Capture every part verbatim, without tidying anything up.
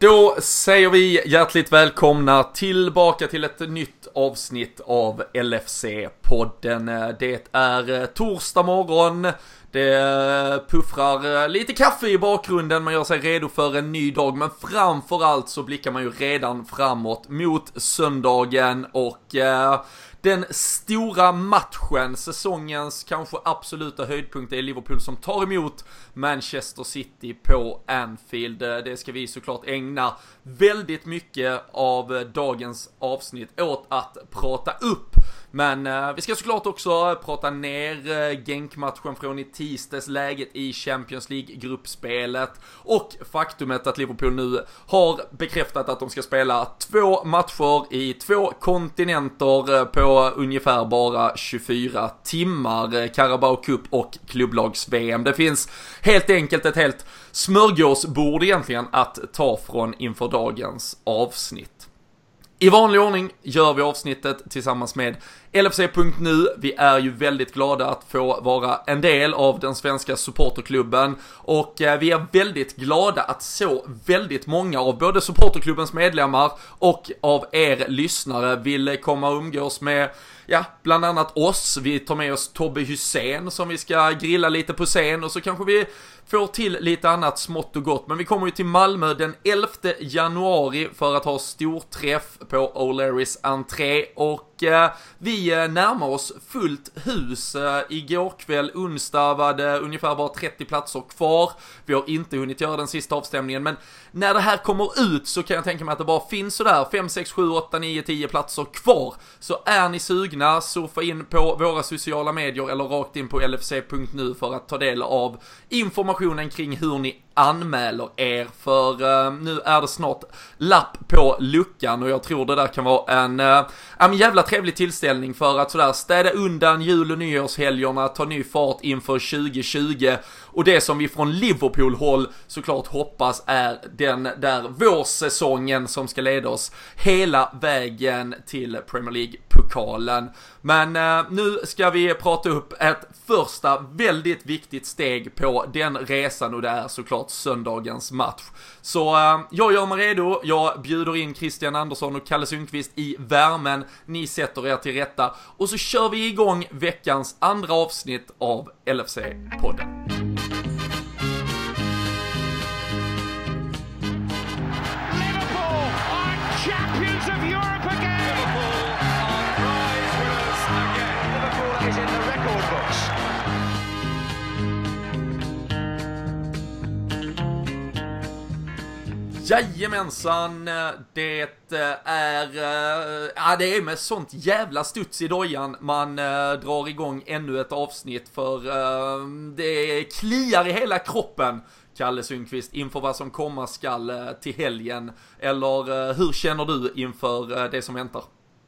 Då säger vi hjärtligt välkomna tillbaka till ett nytt avsnitt av L F C-podden. Det är torsdag morgon, det puffrar lite kaffe i bakgrunden, man gör sig redo för en ny dag. Men framförallt så blickar man ju redan framåt mot söndagen och eh, den stora matchen, säsongens kanske absoluta höjdpunkt är Liverpool som tar emot Manchester City på Anfield. Det ska vi såklart ägna väldigt mycket av dagens avsnitt åt att prata upp. Men eh, vi ska såklart också prata ner eh, Genk-matchen från i tisdags, läget i Champions League-gruppspelet och faktumet att Liverpool nu har bekräftat att de ska spela två matcher i två kontinenter eh, på ungefär bara tjugofyra timmar. Eh, Carabao Cup och klubblags-V M. Det finns helt enkelt ett helt smörgåsbord egentligen att ta från inför dagens avsnitt. I vanlig ordning gör vi avsnittet tillsammans med L F C punkt nu. Vi är ju väldigt glada att få vara en del av den svenska supporterklubben och vi är väldigt glada att så väldigt många av både supporterklubbens medlemmar och av er lyssnare vill komma och umgås med, ja, bland annat oss. Vi tar med oss Tobbe Hussein som vi ska grilla lite på scen och så kanske vi får till lite annat smått och gott. Men vi kommer ju till Malmö den elfte januari för att ha stor träff på O'Learys entré och eh, vi eh, närmar oss fullt hus. Eh, igår kväll, onsdag, var det ungefär bara trettio platser kvar. Vi har inte hunnit göra den sista avstämningen, men när det här kommer ut så kan jag tänka mig att det bara finns sådär fem, sex, sju, åtta, nio, tio platser kvar. Så är ni sugna, surfa in på våra sociala medier eller rakt in på L F C punkt nu för att ta del av informationen kring hur ni anmäler er, för uh, nu är det snart lapp på luckan och jag tror det där kan vara en, uh, en jävla trevlig tillställning för att sådär städa undan jul- och nyårshelgerna, ta ny fart inför tjugo tjugo och det som vi från Liverpool-håll såklart hoppas är den där vårsäsongen som ska leda oss hela vägen till Premier League-pokalen. Men uh, nu ska vi prata upp ett första väldigt viktigt steg på den resan och det är såklart söndagens match. Så uh, jag gör mig redo, jag bjuder in Christian Andersson och Kalle Sundqvist i värmen, ni sätter er till rätta och så kör vi igång veckans andra avsnitt av L F C-podden. Jajamensan, det är, ja, det är med sånt jävla studs i dojan man äh, drar igång ännu ett avsnitt för äh, det kliar i hela kroppen, Kalle Sundqvist, inför vad som komma skall äh, till helgen. Eller äh, hur känner du inför äh, det som väntar?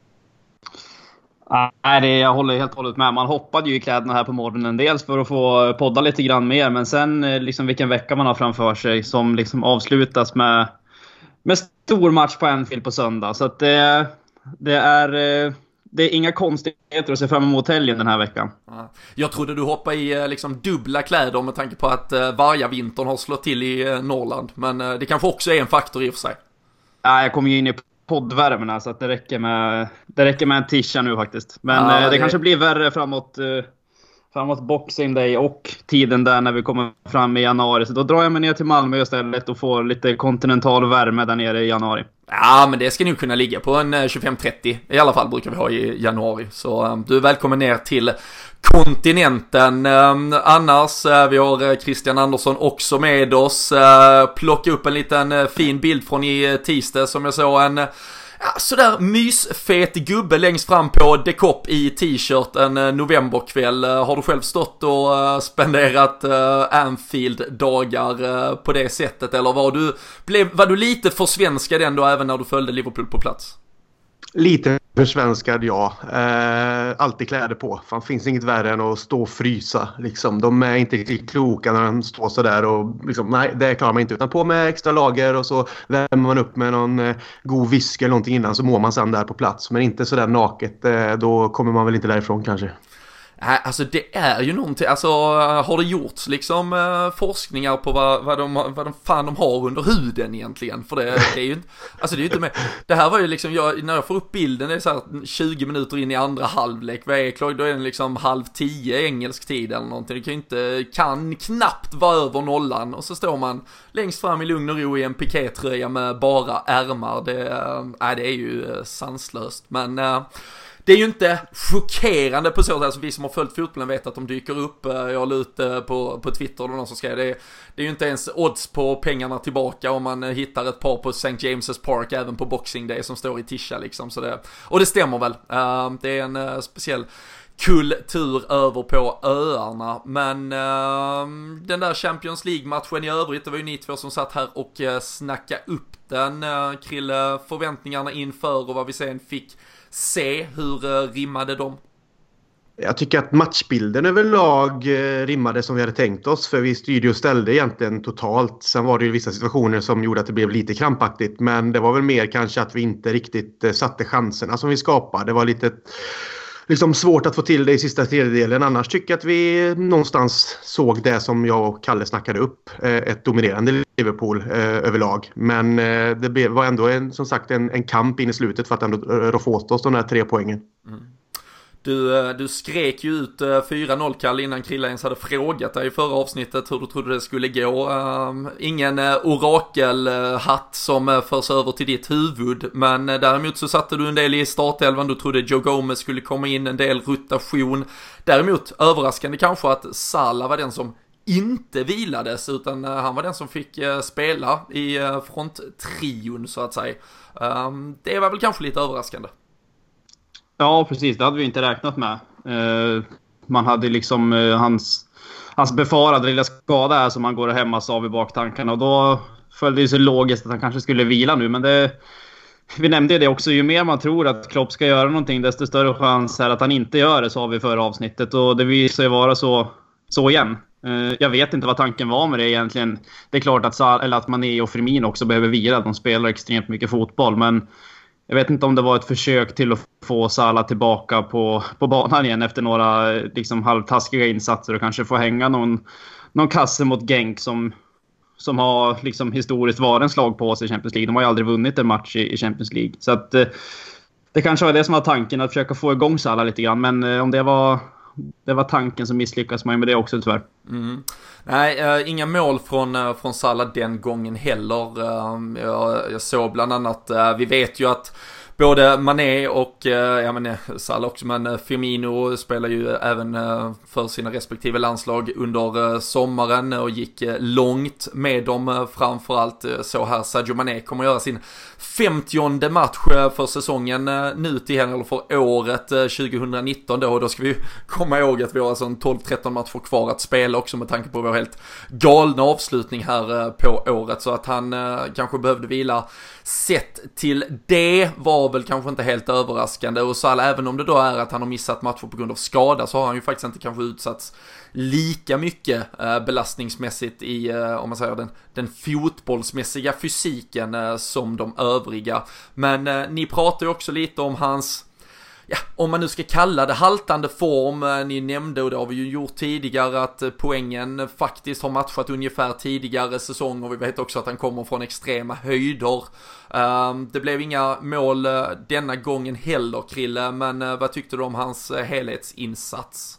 Nej, det, jag håller helt och hållet med. Man hoppade ju i kläderna här på morgonen. Dels för att få podda lite grann mer. Men sen liksom vilken vecka man har framför sig. Som liksom avslutas med, med stor match på Anfield på söndag. Så att det, det, är, det är inga konstigheter att se fram emot helgen den här veckan. Jag trodde du hoppade i liksom dubbla kläder med tanke på att vargavintern har slått till i Norrland. Men det kanske också är en faktor i och för sig. Nej, jag kommer ju in i poddvärmerna så att det räcker med det räcker med en tisha nu faktiskt. Men ja, det, det kanske blir värre framåt framåt Boxing Day och tiden där när vi kommer fram i januari. Så då drar jag mig ner till Malmö istället och får lite kontinental värme där nere i januari. Ja, men det ska nog kunna ligga på en tjugofem trettio. I alla fall brukar vi ha i januari. Så um, du är välkommen ner till kontinenten. Um, annars, uh, vi har Christian Andersson också med oss. Uh, plocka upp en liten uh, fin bild från i tisdag som jag såg en... Uh, Ja, sådär mysfet gubbe längst fram på Dekop i t-shirt en novemberkväll. Har du själv stått och spenderat Anfield-dagar på det sättet? Eller var du, blev, var du lite försvenskad ändå även när du följde Liverpool på plats? Lite försvenskad, ja. Eh, alltid kläder på. Fan, finns inget värre än att stå och frysa. Liksom. De är inte riktigt kloka när de står så där. Och liksom, nej, det klarar man inte. Utan på med extra lager och så värmer man upp med någon eh, god whisky eller någonting innan. Så mår man sen där på plats. Men inte så där naket. Eh, då kommer man väl inte därifrån kanske. Nej, alltså det är ju någonting, alltså har det gjorts liksom eh, forskningar på vad, vad, de, vad de fan de har under huden egentligen? För det, det är ju inte, alltså det är ju inte med, det här var ju liksom, jag, när jag får upp bilden, det är så här tjugo minuter in i andra halvlek, vad är klart, då är den liksom halv tio engelsk tid eller någonting, det kan ju inte, kan knappt vara över nollan, och så står man längst fram i lugn och ro i en pikétröja med bara ärmar, det, äh, det är ju sanslöst, men äh, det är ju inte chockerande på så sätt, alltså vi som har följt fotbollen vet att de dyker upp, jag la ut på, på Twitter och någon som skrev det, det är ju inte ens odds på pengarna tillbaka om man hittar ett par på Saint James's Park även på Boxing Day som står i Tisha liksom, så det, och det stämmer väl, uh, det är en uh, speciell kultur över på öarna, men uh, den där Champions League-matchen i övrigt, det var ju ni två som satt här och uh, snackade upp den, uh, Krille, förväntningarna inför och vad vi sen fick se, hur uh, rimmade de? Jag tycker att matchbilden överlag eh, rimmade som vi hade tänkt oss, för vi styrde och ställde egentligen totalt. Sen var det ju vissa situationer som gjorde att det blev lite krampaktigt, men det var väl mer kanske att vi inte riktigt eh, satte chanserna som vi skapade. Det var lite liksom svårt att få till det i sista tredjedelen. Annars tycker jag att vi någonstans såg det som jag och Kalle snackade upp, eh, ett dominerande Liverpool eh, överlag. Men eh, det blev, var ändå en, som sagt en, en kamp in i slutet för att ändå roffa åt oss de där tre poängen. Mm. Du, du skrek ju ut fyra noll Kalle innan Krilla ens hade frågat dig i förra avsnittet hur du trodde det skulle gå. Um, ingen uh, orakelhatt som uh, förs över till ditt huvud, men uh, däremot så satte du en del i startelvan. Du trodde Joe Gomez skulle komma in, en del rotation. Däremot överraskande kanske att Salah var den som inte vilades, utan uh, han var den som fick uh, spela i uh, fronttrion så att säga. Um, det var väl kanske lite överraskande. Ja, precis. Det hade vi inte räknat med. Eh, man hade liksom eh, hans, hans befarade lilla skada här som han går och hämmas av i baktankarna. Och då följde det sig logiskt att han kanske skulle vila nu. Men det, vi nämnde det också. Ju mer man tror att Klopp ska göra någonting, desto större chans är att han inte gör det, sa vi förra avsnittet. Och det visar sig vara så, så igen. Eh, jag vet inte vad tanken var med det egentligen. Det är klart att, eller att Mané och Firmino också behöver vila. De spelar extremt mycket fotboll, men jag vet inte om det var ett försök till att få Salah tillbaka på, på banan igen efter några liksom halvtaskiga insatser och kanske få hänga någon, någon kasse mot Genk som, som har liksom historiskt varit en slag på oss i Champions League. De har ju aldrig vunnit en match i, i Champions League. Så att, eh, det kanske var det som var tanken, att försöka få igång Salah lite grann. Men eh, om det var, det var tanken, så misslyckas man med det också tyvärr. Mm. Nej, äh, inga mål från, äh, från Salah den gången heller. Äh, jag, jag såg bland annat, äh, vi vet ju att både Mané och, äh, jag menar Salah också, men äh, Firmino spelar ju även äh, för sina respektive landslag under äh, sommaren och gick äh, långt med dem. Äh, framförallt äh, så här Sadio Mané kommer göra sin femtionde match äh, för säsongen äh, nu till helgen, eller för året äh, tjugonitton då, och då ska vi komma ihåg att vi har alltså en tolv tretton matcher kvar att spela också, med tanke på vår helt galna avslutning här äh, på året, så att han äh, kanske behövde vila. Sett till det var väl kanske inte helt överraskande, och Salah, även om det då är att han har missat matcher på grund av skada, så har han ju faktiskt inte kanske utsatts lika mycket eh, belastningsmässigt i, eh, om man säger den, den fotbollsmässiga fysiken eh, som de övriga. Men eh, ni pratar ju också lite om hans, ja, om man nu ska kalla det haltande form. Ni nämnde, och det har vi ju gjort tidigare, att poängen faktiskt har matchat ungefär tidigare säsonger. Vi vet också att han kommer från extrema höjder. Det blev inga mål denna gången heller, Krille, men vad tyckte du om hans helhetsinsats?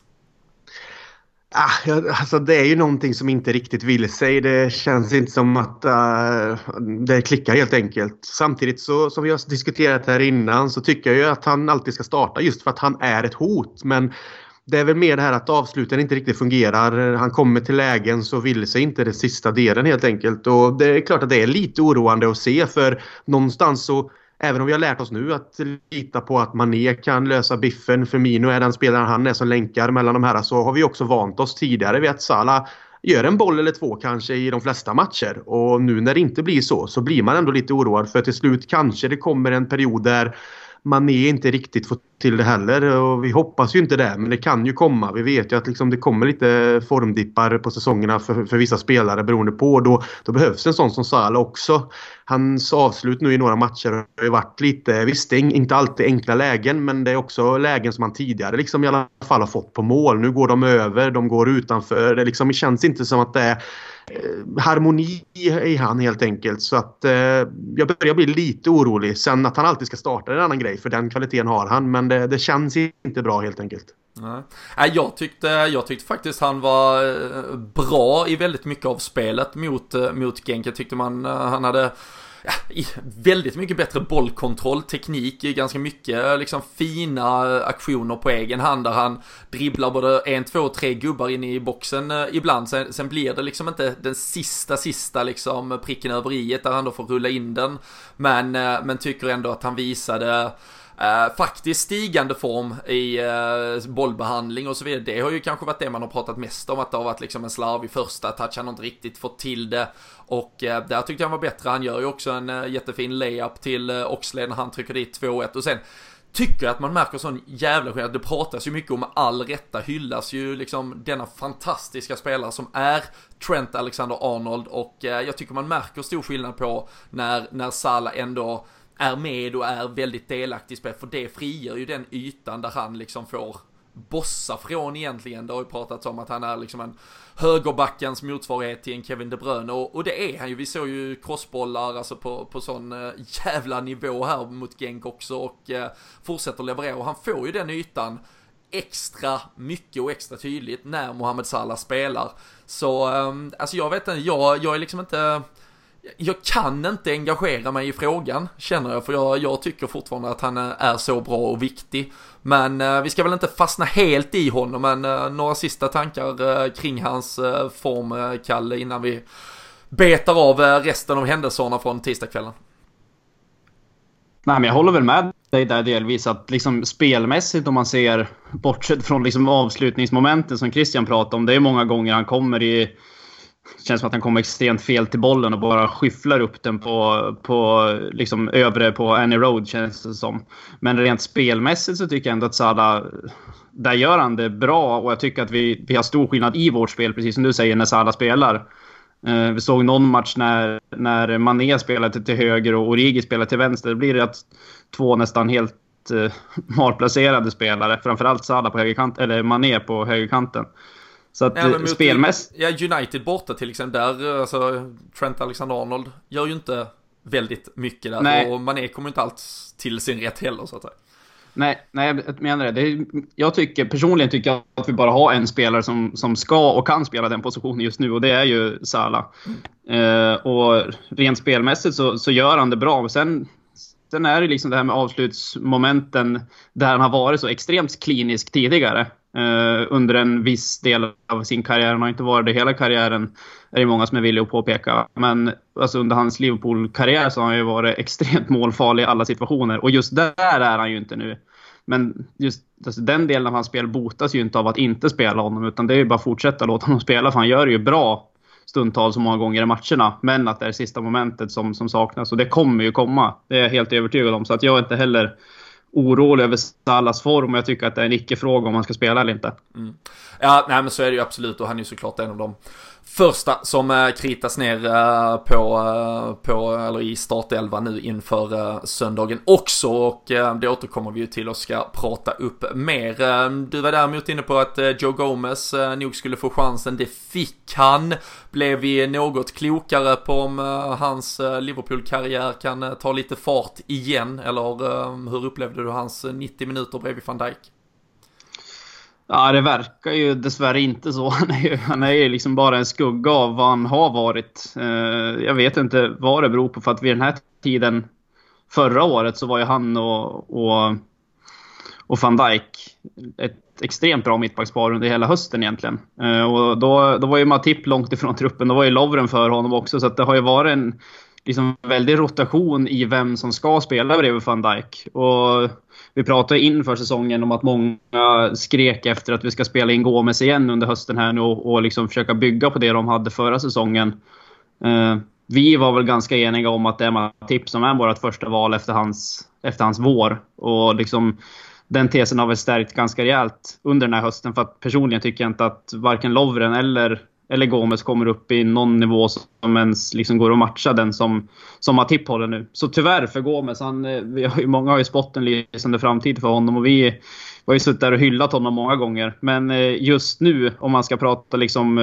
Ah, alltså det är ju någonting som inte riktigt vill sig. Det känns inte som att uh, det klickar helt enkelt. Samtidigt så, som vi har diskuterat här innan, så tycker jag ju att han alltid ska starta, just för att han är ett hot. Men det är väl mer det här att avsluten inte riktigt fungerar. Han kommer till lägen så vill sig inte det sista delen helt enkelt. Och det är klart att det är lite oroande att se, för någonstans så, även om vi har lärt oss nu att lita på att Mané kan lösa biffen, Firmino är den spelaren han är som länkar mellan de här, så har vi också vant oss tidigare vid att Salah gör en boll eller två kanske i de flesta matcher. Och nu när det inte blir så, så blir man ändå lite oroad, för till slut kanske det kommer en period där Mané inte riktigt får till det heller. Och vi hoppas ju inte det, men det kan ju komma. Vi vet ju att liksom det kommer lite formdippar på säsongerna för, för vissa spelare beroende på. Då, då behövs en sån som Salah också. Hans avslut nu i några matcher har ju varit lite, visst det är inte alltid enkla lägen, men det är också lägen som han tidigare liksom i alla fall har fått på mål. Nu går de över, de går utanför. Det, liksom, det känns inte som att det är eh, harmoni i han helt enkelt. Så att eh, jag börjar bli lite orolig. Sen att han alltid ska starta är en annan grej, för den kvaliteten har han. Men det, det känns inte bra helt enkelt. Nej, jag tyckte, jag tyckte faktiskt han var bra i väldigt mycket av spelet mot, mot Genk. Jag tyckte man, han hade ja, väldigt mycket bättre bollkontroll, teknik, ganska mycket liksom fina aktioner på egen hand där han dribblar både en, två, tre gubbar in i boxen ibland. Sen, sen blir det liksom inte den sista, sista liksom pricken över iet där han då får rulla in den. Men, men tycker ändå att han visade Uh, faktiskt stigande form i uh, bollbehandling och så vidare. Det har ju kanske varit det man har pratat mest om, att det har varit liksom en slarv i första touch, han har inte riktigt fått till det, och uh, där tyckte jag han var bättre. Han gör ju också en uh, jättefin layup till uh, Oxlade när han trycker dit två ett, och sen tycker jag att man märker sån jävla skillnad. Det pratas ju mycket om, all rätta hyllas ju liksom denna fantastiska spelare som är Trent Alexander-Arnold, och uh, jag tycker man märker stor skillnad på när, när Salah ändå är med och är väldigt delaktig i spel, för det frigör ju den ytan där han liksom får bossa från egentligen. Det har ju pratats om att han är liksom en högerbackens motsvarighet till en Kevin De Bruyne, och, och det är han ju. Vi såg ju crossbollar alltså på, på sån äh, jävla nivå här mot Genk också, och äh, fortsätter leverera, och han får ju den ytan extra mycket och extra tydligt när Mohamed Salah spelar. Så äh, alltså jag vet inte, jag, jag är liksom inte... Jag kan inte engagera mig i frågan, känner jag, för jag, jag tycker fortfarande att han är så bra och viktig. Men eh, vi ska väl inte fastna helt i honom, men eh, några sista tankar eh, kring hans eh, form, eh, Kalle, innan vi betar av eh, resten av händelserna från tisdagskvällen. Nej, men jag håller väl med dig där delvis, att liksom spelmässigt, om man ser bortsett från liksom avslutningsmomenten som Christian pratade om, det är många gånger han kommer i... Känns som att han kommer extremt fel till bollen och bara skyfflar upp den på, på liksom övre på Annie Road, känns det som. Men rent spelmässigt så tycker jag ändå att Salah, där gör han det bra, och jag tycker att vi, vi har stor skillnad i vårt spel, precis som du säger, när Salah spelar. Uh, vi såg någon match när, när Mané spelade till höger och Origi spelade till vänster. Det blir det att två nästan helt uh, malplacerade spelare, framförallt Salah på högerkanten, eller Mané på högerkanten. Så att ja, spelmässigt... Ja, United borta till exempel, där alltså, Trent Alexander-Arnold gör ju inte väldigt mycket där. Nej. Och Mané kommer inte alls till sin rätt heller, så att säga. Nej, nej, jag menar det. det är, jag tycker, personligen tycker jag att vi bara har en spelare som, som ska och kan spela den positionen just nu, och det är ju Salah. Mm. Uh, och rent spelmässigt så, så gör han det bra. Och sen, sen är det liksom det här med avslutsmomenten där han har varit så extremt klinisk tidigare. Uh, under en viss del av sin karriär. Han har inte varit det hela karriären, är det många som är villiga att påpeka. Men alltså, under hans Liverpool-karriär så har han ju varit extremt målfarlig i alla situationer. Och just där är han ju inte nu. Men just alltså, den delen av hans spel botas ju inte av att inte spela honom. Utan det är ju bara att fortsätta låta honom spela. För han gör det ju bra stundtal så många gånger i matcherna. Men att det är sista momentet som, som saknas. Och det kommer ju komma. Det är jag helt övertygad om. Så att jag är inte heller orolig över Salahs form, och jag tycker att det är en icke-fråga om man ska spela eller inte. Mm. Ja, nej, men så är det ju absolut, och han är ju såklart en av dem första som äh, kritas ner äh, på, äh, på, eller i startelva nu inför äh, söndagen också, och äh, det återkommer vi ju till och ska prata upp mer. Äh, du var däremot inne på att äh, Joe Gomez äh, nog skulle få chansen, det fick han. Blev vi något klokare på om äh, hans äh, Liverpool-karriär kan äh, ta lite fart igen, eller äh, hur upplevde du hans nittio minuter bredvid Van Dijk? Ja, det verkar ju dessvärre inte så. Han är ju, han är ju liksom bara en skugga av vad han har varit. Jag vet inte vad det beror på, för att vid den här tiden förra året så var ju han och, och, och Van Dijk ett extremt bra mittbackspar under hela hösten egentligen. Och då, då var ju Matip långt ifrån truppen. Då var ju Lovren för honom också, så att det har ju varit en liksom väldig rotation i vem som ska spela bredvid Van Dijk. Och vi pratade inför säsongen om att många skrek efter att vi ska spela in Gomez igen under hösten här nu, och, och liksom försöka bygga på det de hade förra säsongen. Uh, vi var väl ganska eniga om att det är Matip som är vårt första val efter hans, efter hans vår. Och liksom, den tesen har väl stärkt ganska rejält under den här hösten. För att personligen tycker jag inte att varken Lovren eller, eller Gomes kommer upp i någon nivå som ens liksom går att matcha den som, som Matip håller nu. Så tyvärr för Gomes, han, vi har ju, många har ju spott en lysande framtid för honom. Och vi, vi har ju suttit där och hyllat honom många gånger. Men just nu, om man ska prata liksom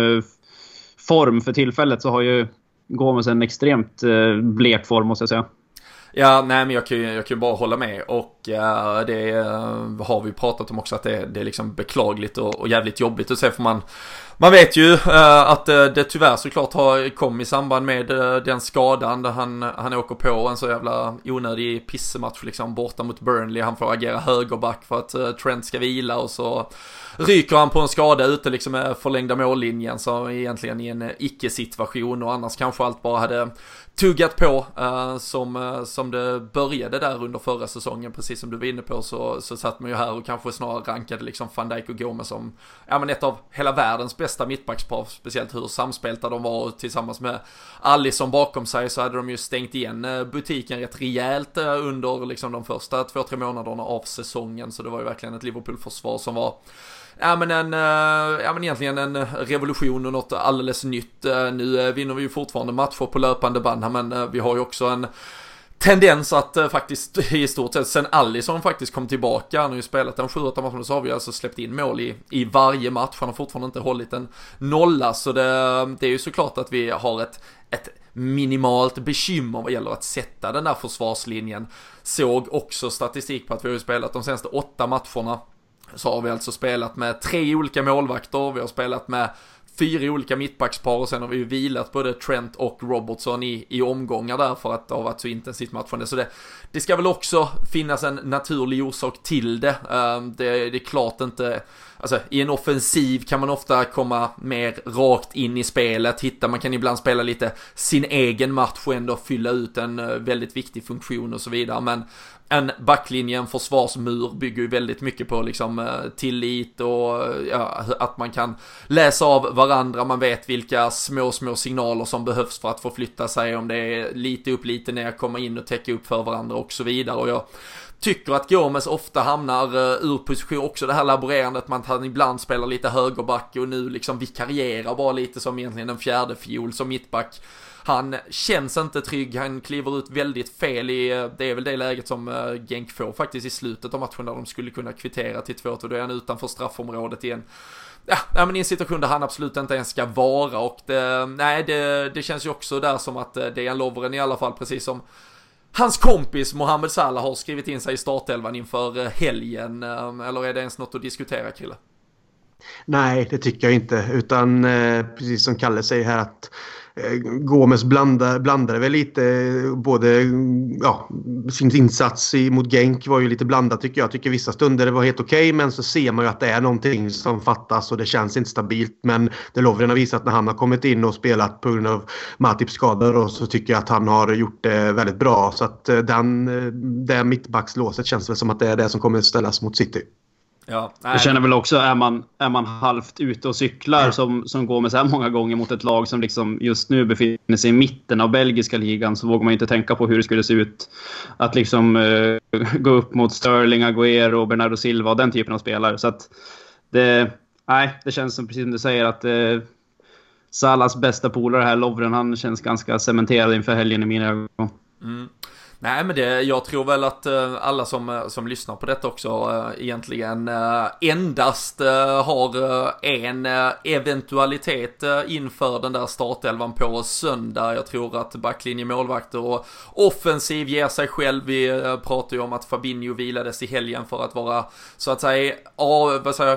form för tillfället, så har ju Gomes en extremt blek form, måste jag säga. Ja, nej men jag kan ju jag kan bara hålla med, och uh, det uh, har vi pratat om också, att det, det är liksom beklagligt och, och jävligt jobbigt att se, för man man vet ju uh, att uh, det tyvärr såklart har kommit i samband med uh, den skadan där han, han åker på en så jävla onödig pissematch liksom borta mot Burnley. Han får agera högerback för att uh, Trent ska vila, och så ryker han på en skada ute liksom med förlängda mållinjen, så egentligen i en icke-situation, och annars kanske allt bara hade tuggat på uh, som, uh, som det började där under förra säsongen. Precis som du var inne på, så, så satt man ju här och kanske snarare rankade liksom Van Dijk och Gomes som ja, men ett av hela världens bästa mittbackspar, speciellt hur samspelta de var, och tillsammans med Alisson bakom sig så hade de ju stängt igen butiken rätt rejält under liksom de första två, tre månaderna av säsongen. Så det var ju verkligen ett Liverpool-försvar som var Ja men, en, ja men egentligen en revolution och något alldeles nytt. Nu vinner vi ju fortfarande matcher på löpande band här, men vi har ju också en tendens att faktiskt i stort sett sen Alisson faktiskt kom tillbaka, han har ju spelat en sju åtta matcher, så har vi alltså släppt in mål i, i varje match. Han har fortfarande inte hållit en nolla, så det, det är ju såklart att vi har ett, ett minimalt bekymmer vad gäller att sätta den där försvarslinjen. Såg också statistik på att vi har ju spelat de senaste åtta matcherna, så har vi alltså spelat med tre olika målvakter, vi har spelat med fyra olika mittbackspar, och sen har vi ju vilat både Trent och Robertson i, i omgångar där för att det har varit så intensivt matchande. Så det, det ska väl också finnas en naturlig orsak till det. Um, det, det är klart inte, alltså i en offensiv kan man ofta komma mer rakt in i spelet, hitta, man kan ibland spela lite sin egen match och ändå fylla ut en väldigt viktig funktion och så vidare, men en backlinje, en försvarsmur bygger ju väldigt mycket på liksom tillit och ja, att man kan läsa av varandra, man vet vilka små små signaler som behövs för att förflytta sig, om det är lite upp, lite ner, komma in och täcka upp för varandra och så vidare. Och jag tycker att Gomes ofta hamnar uh, ur position, också det här laborerandet, man han ibland spelar lite högerback och nu liksom vikarierar bara lite som egentligen en fjärde fiol som mittback. Han känns inte trygg, han kliver ut väldigt fel i, det är väl det läget som uh, Genk får faktiskt i slutet av matchen där de skulle kunna kvittera till två två, då är han utanför straffområdet igen. Ja, ja, men i en situation där han absolut inte ens ska vara, och det, nej, det, det känns ju också där som att uh, Dejan Lovren i alla fall, precis som hans kompis Mohamed Salah, har skrivit in sig i startelvan inför uh, helgen, uh, eller är det ens något att diskutera, Krille? Nej, det tycker jag inte, utan uh, precis som Kalle säger här, att Gomes blandade, blandade väl lite, både ja, sin insats i, mot Genk var ju lite blandat tycker jag. Jag tycker vissa stunder det var helt okej, okay, men så ser man ju att det är någonting som fattas och det känns inte stabilt. Men det Lovren har visat när han har kommit in och spelat på grund av Matips skador, och så tycker jag att han har gjort det väldigt bra. Så att den, det mittbackslåset känns väl som att det är det som kommer att ställas mot City. Ja, jag känner väl också, är man, är man halvt ute och cyklar mm. som, som går med så här många gånger mot ett lag som liksom just nu befinner sig i mitten av belgiska ligan, så vågar man inte tänka på hur det skulle se ut att liksom uh, gå upp mot Sterling, Aguero och Bernardo Silva och den typen av spelare. Så att det, nej, det känns som, precis som du säger, att uh, Salas bästa polare här, Lovren, han känns ganska cementerad inför helgen i mina ögon. Mm. Nej, men det, jag tror väl att uh, alla som, som lyssnar på detta också uh, egentligen uh, endast uh, har uh, en uh, eventualitet uh, inför den där startelvan på söndag. Jag tror att backlinje, målvakter och offensiv ger sig själv. Vi uh, pratar ju om att Fabinho vilades i helgen för att vara så att säga uh, vad säger jag,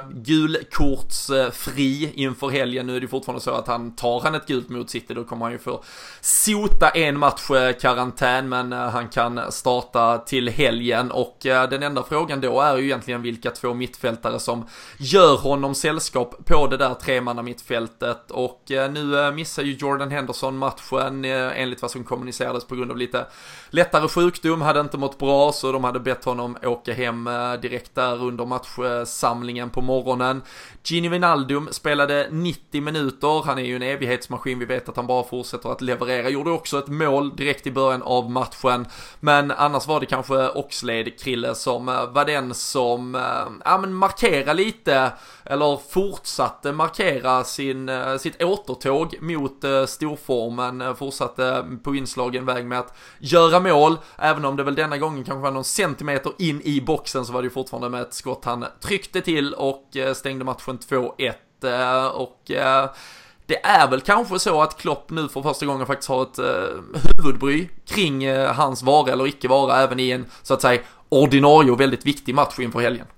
gulkortsfri uh, inför helgen. Nu är det fortfarande så att han tar han ett gult mot City, då kommer han ju få sota en match uh, karantän, men uh, han kan starta till helgen, och den enda frågan då är ju egentligen vilka två mittfältare som gör honom sällskap på det där tremanna mittfältet. Och nu missar ju Jordan Henderson matchen enligt vad som kommunicerades på grund av lite lättare sjukdom, hade inte mått bra, så de hade bett honom åka hem direkt där under matchsamlingen på morgonen. Gini Wijnaldum spelade nittio minuter, han är ju en evighetsmaskin, vi vet att han bara fortsätter att leverera, gjorde också ett mål direkt i början av matchen, men annars var det kanske Oxlade-Krille som var den som ja, men markera lite, eller fortsatte markera sin, sitt återtåg mot storformen, fortsatte på inslagen väg med att göra mål, även om det väl denna gången kanske var någon centimeter in i boxen, så var det ju fortfarande med ett skott han tryckte till och stängde matchen två ett. Och det är väl kanske så att Klopp nu för första gången faktiskt har ett huvudbry kring hans vara eller icke vara, även i en så att säga ordinarie och väldigt viktig match inför helgen.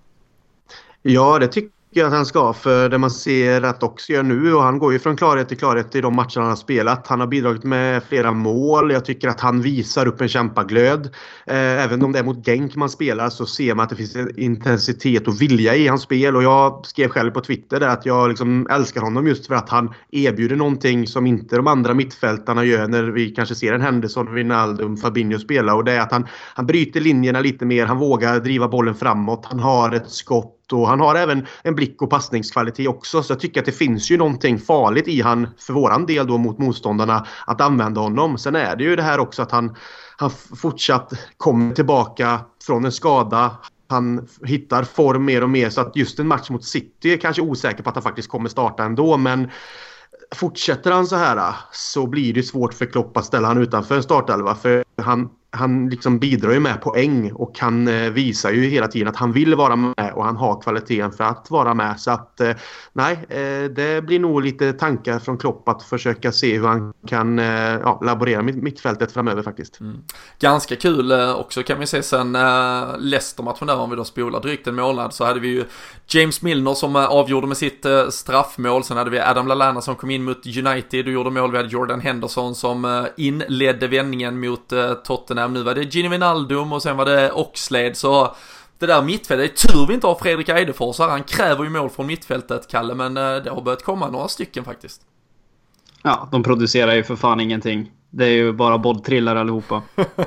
Ja, det tycker jag att han ska, för det man ser att Ox gör nu, och han går ju från klarhet till klarhet i de matcherna han har spelat. Han har bidragit med flera mål. Jag tycker att han visar upp en kämpaglöd. Eh, även om det är mot Genk man spelar, så ser man att det finns en intensitet och vilja i hans spel. Och jag skrev själv på Twitter där att jag liksom älskar honom just för att han erbjuder någonting som inte de andra mittfältarna gör när vi kanske ser en Henderson, Wijnaldum, Fabinho spela. Och det är att han, han bryter linjerna lite mer. Han vågar driva bollen framåt. Han har ett skott. Och han har även en blick och passningskvalitet också. Så jag tycker att det finns ju någonting farligt i han, för våran del då mot motståndarna, att använda honom. Sen är det ju det här också att han, han fortsatt kommer tillbaka från en skada. Han hittar form mer och mer, så att just en match mot City är kanske osäker på att han faktiskt kommer starta ändå. Men fortsätter han så här, så blir det svårt för Klopp att ställa han utanför en startelva. För han, han liksom bidrar ju med poäng, och han eh, visar ju hela tiden att han vill vara med och han har kvaliteten för att vara med. Så att eh, nej, eh, det blir nog lite tankar från Klopp att försöka se hur han kan eh, ja, laborera mitt, mittfältet framöver faktiskt. Mm. Ganska kul eh, också kan vi se sen eh, Leicester-matchen där, om vi då spolar drygt en månad, så hade vi ju James Milner som eh, avgjorde med sitt eh, straffmål. Sen hade vi Adam Lallana som kom in mot United och gjorde mål. Vi hade Jordan Henderson som eh, inledde vändningen mot eh, Tottenham. Nu var det Gini Wijnaldum och sen var det Oxlade. Så det där mittfältet, det är tur vi inte har Fredrik Eidefors här. Han kräver ju mål från mittfältet, Kalle, men det har börjat komma några stycken faktiskt. Ja, de producerar ju för fan ingenting. Det är ju bara bolltrillar allihopa.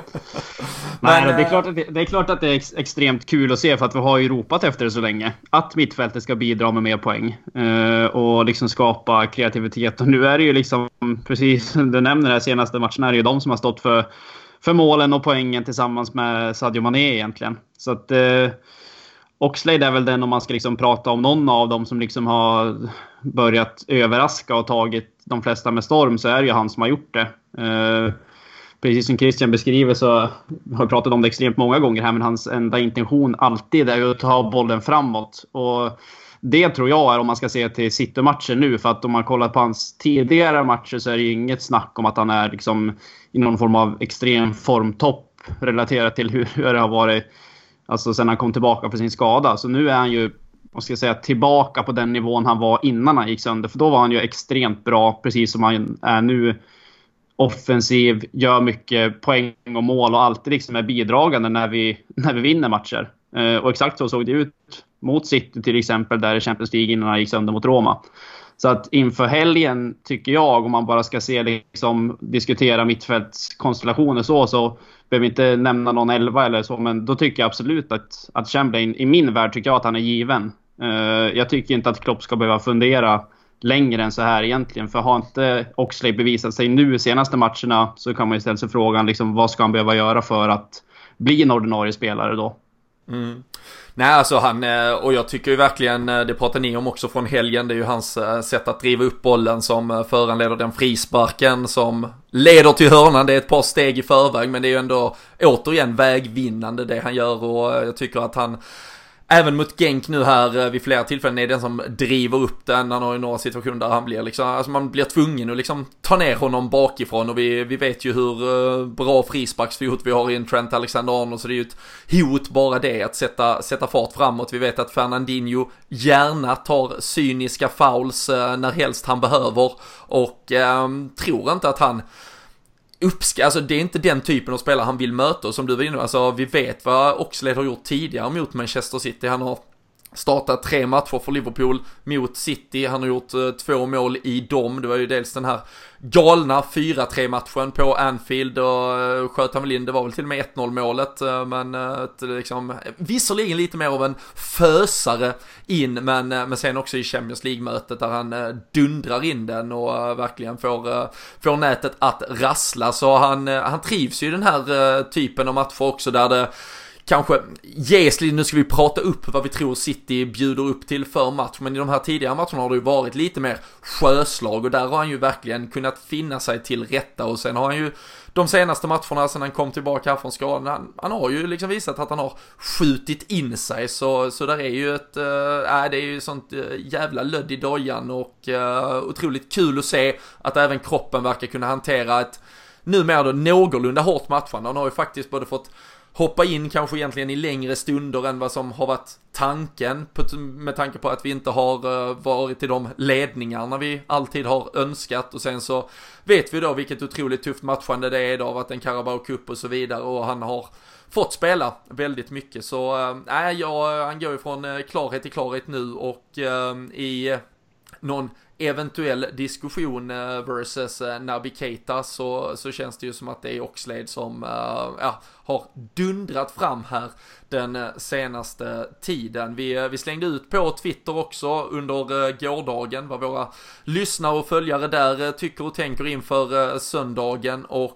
Nej, men, det, är klart att det, det är klart att det är ex, extremt kul att se, för att vi har ju ropat efter det så länge. Att mittfältet ska bidra med mer poäng. Eh, och liksom skapa kreativitet. Och nu är det ju liksom, precis som du nämner, de här senaste matcherna är det ju de som har stått för för målen och poängen tillsammans med Sadio Mané egentligen. Så att eh, Oxlade är väl den, om man ska liksom prata om någon av dem som liksom har börjat överraska och tagit de flesta med storm, så är det ju han som har gjort det. Eh, precis som Christian beskriver, så har jag pratat om det extremt många gånger här, men hans enda intention alltid är att ta bollen framåt. Och det tror jag är, om man ska se till City-matchen nu, för att om man kollar på hans tidigare matcher så är det ju inget snack om att han är liksom i någon form av extrem formtopp relaterat till hur, hur det har varit, alltså sen han kom tillbaka för sin skada. Så nu är han ju, vad ska jag säga, tillbaka på den nivån han var innan han gick sönder, för då var han ju extremt bra, precis som han är nu. Offensiv, gör mycket poäng och mål och alltid liksom är bidragande när vi, när vi vinner matcher. Eh, och exakt så såg det ut mot City till exempel, där i Champions League innan han gick sönder mot Roma. Så att inför helgen tycker jag, om man bara ska se liksom, diskutera mittfältskonstellationer så, så behöver vi inte nämna någon elva eller så, men då tycker jag absolut att, att Chamberlain, i min värld tycker jag att han är given. Uh, jag tycker inte att Klopp ska behöva fundera längre än så här egentligen, för har inte Oxlade bevisat sig nu i senaste matcherna, så kan man ju ställa sig frågan liksom, vad ska han behöva göra för att bli en ordinarie spelare då? Mm. Nej, alltså han, och jag tycker ju verkligen, det pratar ni om också från helgen, det är ju hans sätt att driva upp bollen som föranleder den frisparken som leder till hörnan. Det är ett par steg i förväg, men det är ju ändå återigen vägvinnande det han gör, och jag tycker att han även mot Genk nu här vid flera tillfällen är den som driver upp den. Han har ju några situationer där han blir liksom, alltså man blir tvungen att liksom ta ner honom bakifrån, och vi, vi vet ju hur bra frisparksfot vi har i en Trent Alexander-Arnold, så det är ju ett hot bara det att sätta, sätta fart framåt. Vi vet att Fernandinho gärna tar cyniska fouls när helst han behöver, och eh, tror inte att han uppska, alltså det är inte den typen av spelare han vill möta, och som du var inne, alltså vi vet vad Oxlade har gjort tidigare mot Manchester City. Han har startat tre matcher för Liverpool mot City, han har gjort uh, två mål i dem. Det var ju dels den här galna fyra tre matchen på Anfield, och uh, sköt han väl in, det var väl till och med ett noll målet, uh, men uh, liksom, visserligen lite mer av en fösare in, men, uh, men sen också i Champions League-mötet där han uh, dundrar in den och uh, verkligen får, uh, får nätet att rassla. Så han, uh, han trivs ju i den här uh, typen av matcher också, där det kanske ges lite, nu ska vi prata upp vad vi tror City bjuder upp till för match, men i de här tidigare matcherna har det ju varit lite mer sjöslag, och där har han ju verkligen kunnat finna sig till rätta. Och sen har han ju de senaste matcherna sen han kom tillbaka här från skadan, han, han har ju liksom visat att han har skjutit in sig, så, så där är ju ett äh, det är ju sånt äh, jävla lödd i dojan, och äh, otroligt kul att se att även kroppen verkar kunna hantera ett numera då någorlunda hårt matchande. Han har ju faktiskt både fått hoppa in kanske egentligen i längre stunder än vad som har varit tanken, med tanke på att vi inte har varit i de ledningarna vi alltid har önskat. Och sen så vet vi då vilket otroligt tufft matchande det är, det har varit en Carabao Cup och så vidare, och han har fått spela väldigt mycket. Så nej, äh, ja, han går ju från klarhet till klarhet nu, och äh, i någon eventuell diskussion versus Naby Keita, så, så känns det ju som att det är Oxlade som uh, ja, har dundrat fram här den senaste tiden. Vi, vi slängde ut på Twitter också under uh, gårdagen vad våra lyssnare och följare där uh, tycker och tänker inför uh, söndagen, och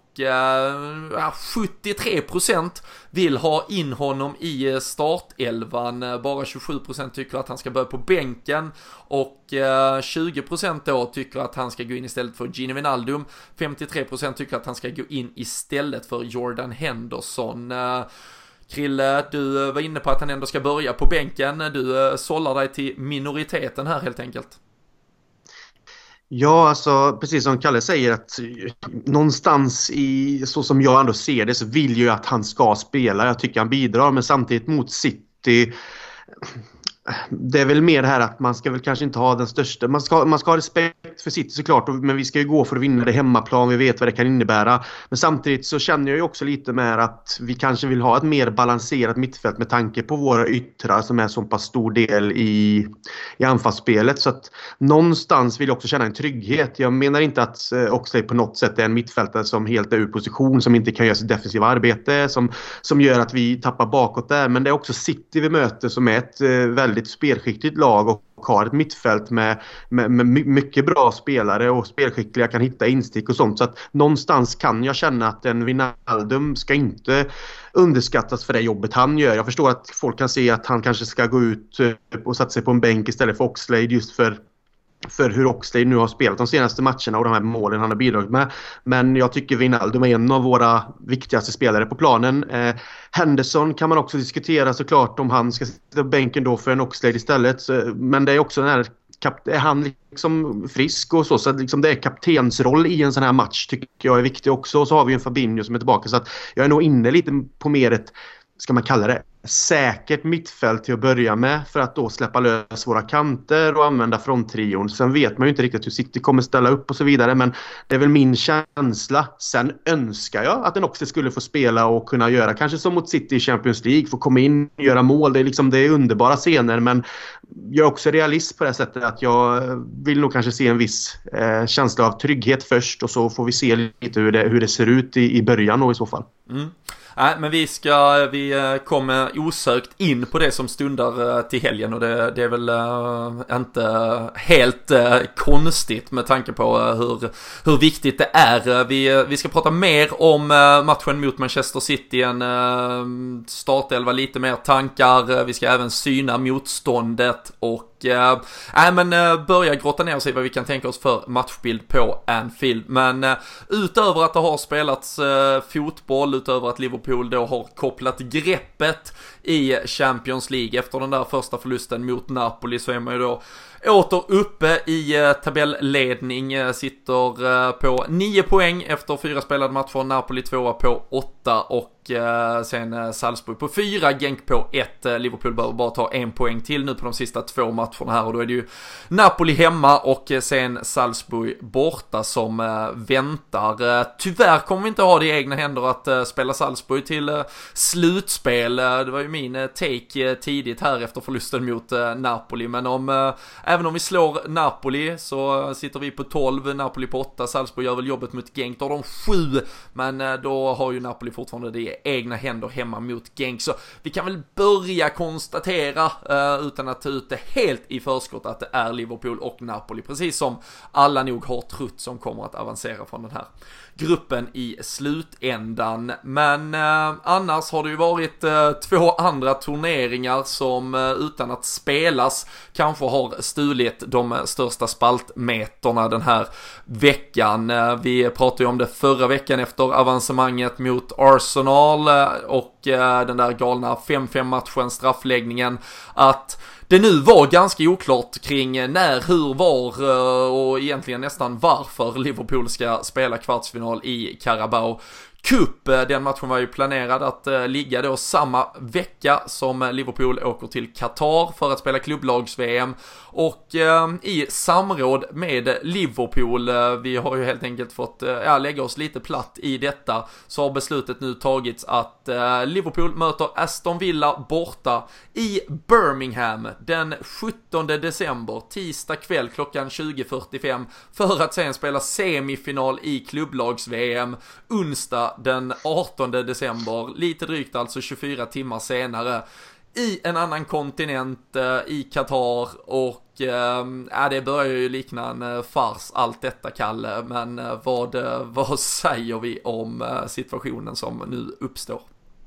uh, sjuttiotre procent vill ha in honom i startelvan. Bara tjugosju procent tycker att han ska börja på bänken, och uh, tjugo procent då tycker att han ska gå in istället för Gini Wijnaldum. femtiotre procent tycker att han ska gå in istället för Jordan Henderson. Uh, Krille, du var inne på att han ändå ska börja på bänken. Du uh, sållar dig till minoriteten här helt enkelt. Ja, alltså precis som Kalle säger, att någonstans i, så som jag ändå ser det, så vill ju att han ska spela. Jag tycker han bidrar, men samtidigt mot City, det är väl mer det här att man ska väl kanske inte ha den största, man ska, man ska ha respekt för City såklart, men vi ska ju gå för att vinna det hemmaplan, vi vet vad det kan innebära. Men samtidigt så känner jag ju också lite med att vi kanske vill ha ett mer balanserat mittfält med tanke på våra yttrar som är så pass stor del i, i anfallsspelet. Så att någonstans vill jag också känna en trygghet. Jag menar inte att Oxlade på något sätt är en mittfältare som helt är ur position, som inte kan göra sitt defensiva arbete, som, som gör att vi tappar bakåt där. Men det är också City vi möter som är ett väldigt ett spelskickligt lag och har ett mittfält med, med, med mycket bra spelare, och spelskickliga kan hitta instick och sånt. Så att någonstans kan jag känna att en Wijnaldum ska inte underskattas för det jobbet han gör. Jag förstår att folk kan se att han kanske ska gå ut och sätta sig på en bänk istället för Oxlade, just för för hur Oxlade nu har spelat de senaste matcherna och de här målen han har bidragit med. Men jag tycker Wijnaldum är en av våra viktigaste spelare på planen. Eh, Henderson kan man också diskutera såklart om han ska sitta på bänken då för en Oxlade istället. Så, men det är också den här, är han liksom frisk och så, så att liksom det är kaptensroll i en sån här match tycker jag är viktig också. Och så har vi en Fabinho som är tillbaka, så att jag är nog inne lite på mer ett, ska man kalla det, säkert mittfält till att börja med, för att då släppa lös våra kanter och använda fronttrion. Sen vet man ju inte riktigt hur City kommer ställa upp och så vidare, men det är väl min känsla. Sen önskar jag att den också skulle få spela och kunna göra kanske som mot City i Champions League, få komma in och göra mål. Det är liksom, det är underbara scener, men jag är också realist på det sättet att jag vill nog kanske se en viss eh, känsla av trygghet först, och så får vi se lite hur det, hur det ser ut i, i början då i så fall. Mm. Nej, men vi ska, vi kommer osökt in på det som stundar till helgen, och det, det är väl uh, inte helt uh, konstigt med tanke på uh, hur, hur viktigt det är. Vi, vi ska prata mer om uh, matchen mot Manchester City, en uh, startelva, lite mer tankar. Vi ska även syna motståndet och Uh, äh, men uh, börja grotta ner och se vad vi kan tänka oss för matchbild på Anfield. Men uh, utöver att det har spelats uh, fotboll, utöver att Liverpool då har kopplat greppet i Champions League efter den där första förlusten mot Napoli, så är man ju då åter uppe i uh, tabelledning, uh, sitter uh, på nio poäng efter fyra spelade matcher. Napoli tvåa på åtta och uh, sen uh, Salzburg på fyra, Genk på ett. Uh, Liverpool behöver bara ta en poäng till nu på de sista två matcherna här, och då är det ju Napoli hemma och uh, sen Salzburg borta som uh, väntar. Uh, tyvärr kommer vi inte ha det i egna händer att uh, spela Salzburg till uh, slutspel. Uh, det var ju min uh, take uh, tidigt här efter förlusten mot uh, Napoli, men om uh, även om vi slår Napoli så uh, sitter vi på tolv, Napoli på åtta, Salzburg gör väl jobbet mot Genk, då har de sju, men uh, då har ju Napoli fortfarande det i egna händer hemma mot Genk, så vi kan väl börja konstatera uh, utan att ta ut det helt i förskott att det är Liverpool och Napoli, precis som alla nog har trott som kommer att avancera från den här gruppen i slutändan. Men eh, annars har det ju varit eh, två andra turneringar som eh, utan att spelas kanske har stulit de eh, största spaltmeterna den här veckan. Eh, vi pratade ju om det förra veckan efter avancemanget mot Arsenal eh, och eh, den där galna fem fem matchen, straffläggningen, att det nu var ganska oklart kring när, hur, var och egentligen nästan varför Liverpool ska spela kvartsfinal i Carabao Cup. Den matchen var ju planerad att ligga då samma vecka som Liverpool åker till Qatar för att spela klubblags-V M, och eh, i samråd med Liverpool, eh, vi har ju helt enkelt fått eh, ja, lägga oss lite platt i detta, så har beslutet nu tagits att eh, Liverpool möter Aston Villa borta i Birmingham den sjuttonde december, tisdag kväll klockan tjugo fyrtiofem, för att sen spela semifinal i klubblags-V M onsdag den artonde december, lite drygt alltså tjugofyra timmar senare, i en annan kontinent, eh, i Qatar, och eh, det börjar ju likna en eh, fars allt detta, Kalle, men eh, vad, eh, vad säger vi om eh, situationen som nu uppstår?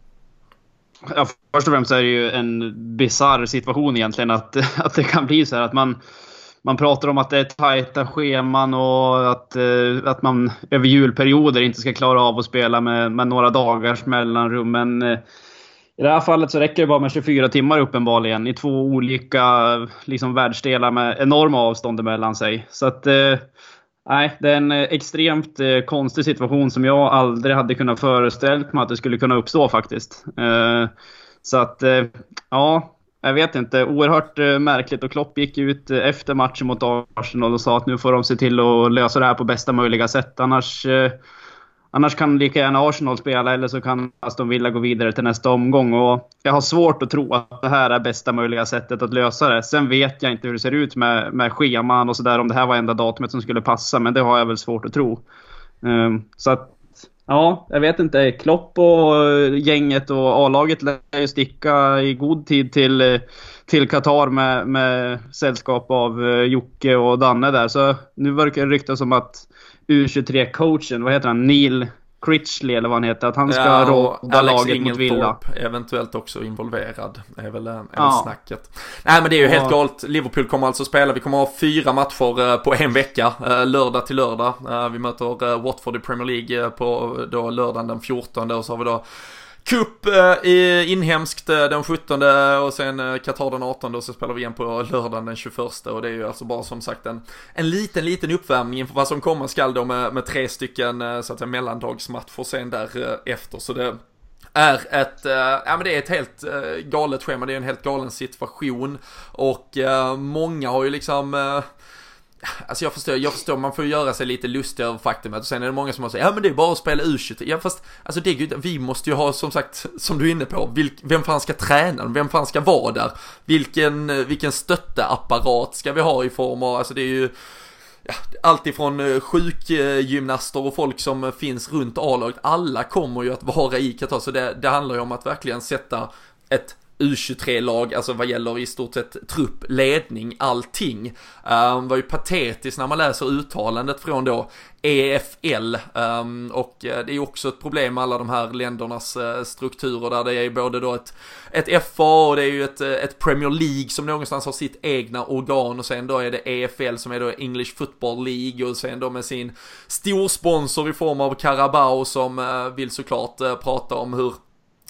Ja, först och främst är det ju en bizarr situation egentligen att, att det kan bli så här att man Man pratar om att det är tajta scheman och att, eh, att man över julperioder inte ska klara av att spela med, med några dagars mellanrum. Men eh, i det här fallet så räcker det bara med tjugofyra timmar uppenbarligen i två olika liksom, världsdelar med enorma avstånd mellan sig. Så att eh, nej, det är en extremt eh, konstig situation som jag aldrig hade kunnat föreställa mig att det skulle kunna uppstå faktiskt. Eh, så att eh, ja... Jag vet inte, oerhört eh, märkligt, och Klopp gick ut eh, efter matchen mot Arsenal och sa att nu får de se till att lösa det här på bästa möjliga sätt. Annars, eh, annars kan lika gärna Arsenal spela, eller så kan Aston Villa gå vidare till nästa omgång. Och jag har svårt att tro att det här är bästa möjliga sättet att lösa det. Sen vet jag inte hur det ser ut med, med scheman och sådär, om det här var enda datumet som skulle passa, men det har jag väl svårt att tro. Um, så att ja, jag vet inte. Klopp och gänget och A-laget lär ju sticka i god tid till, till Qatar med, med sällskap av Jocke och Danne där. Så nu verkar det ryktas som att U tjugotre-coachen, vad heter han? Neil Critchley eller vad han heter, att han ska ja, råda laget mot Villa. Eventuellt också involverad, är väl en ja. snacket. Nej, men det är ju ja. helt galet. Liverpool kommer alltså spela, vi kommer ha fyra matcher på en vecka, lördag till lördag. Vi möter Watford i Premier League på då lördagen den fjortonde, och så har vi då Cup eh, inhemskt den sjuttonde och sen eh, Qatar den artonde, och så spelar vi igen på lördagen den tjugoförsta, och det är ju alltså bara som sagt en, en liten liten uppvärmning inför vad som kommer skall då med, med tre stycken eh, så att säga mellandagsmatcher sen där eh, efter, så det är ett, eh, ja men det är ett helt eh, galet schema, det är en helt galen situation, och eh, många har ju liksom eh, alltså jag förstår, jag förstår, man får göra sig lite lustig över faktumet, och sen är det många som har sagt, ja men det är bara att spela U tjugotre. Ja fast, alltså det är ju, vi måste ju ha, som sagt, som du är inne på, vilk, vem fan ska träna, vem fan ska vara där, vilken, vilken stötteapparat ska vi ha i form av, alltså det är ju ja, allt ifrån sjukgymnaster och folk som finns runt A-laget, alla kommer ju att vara i Qatar, så det, det handlar ju om att verkligen sätta ett U tjugotre-lag, alltså vad gäller i stort sett trupp, ledning, allting. Um, var ju patetiskt när man läser uttalandet från då E F L, um, och uh, det är ju också ett problem med alla de här ländernas uh, strukturer, där det är både då ett, ett F A och det är ju ett, ett Premier League som någonstans har sitt egna organ, och sen då är det E F L som är då English Football League, och sen då med sin storsponsor i form av Carabao som uh, vill såklart uh, prata om hur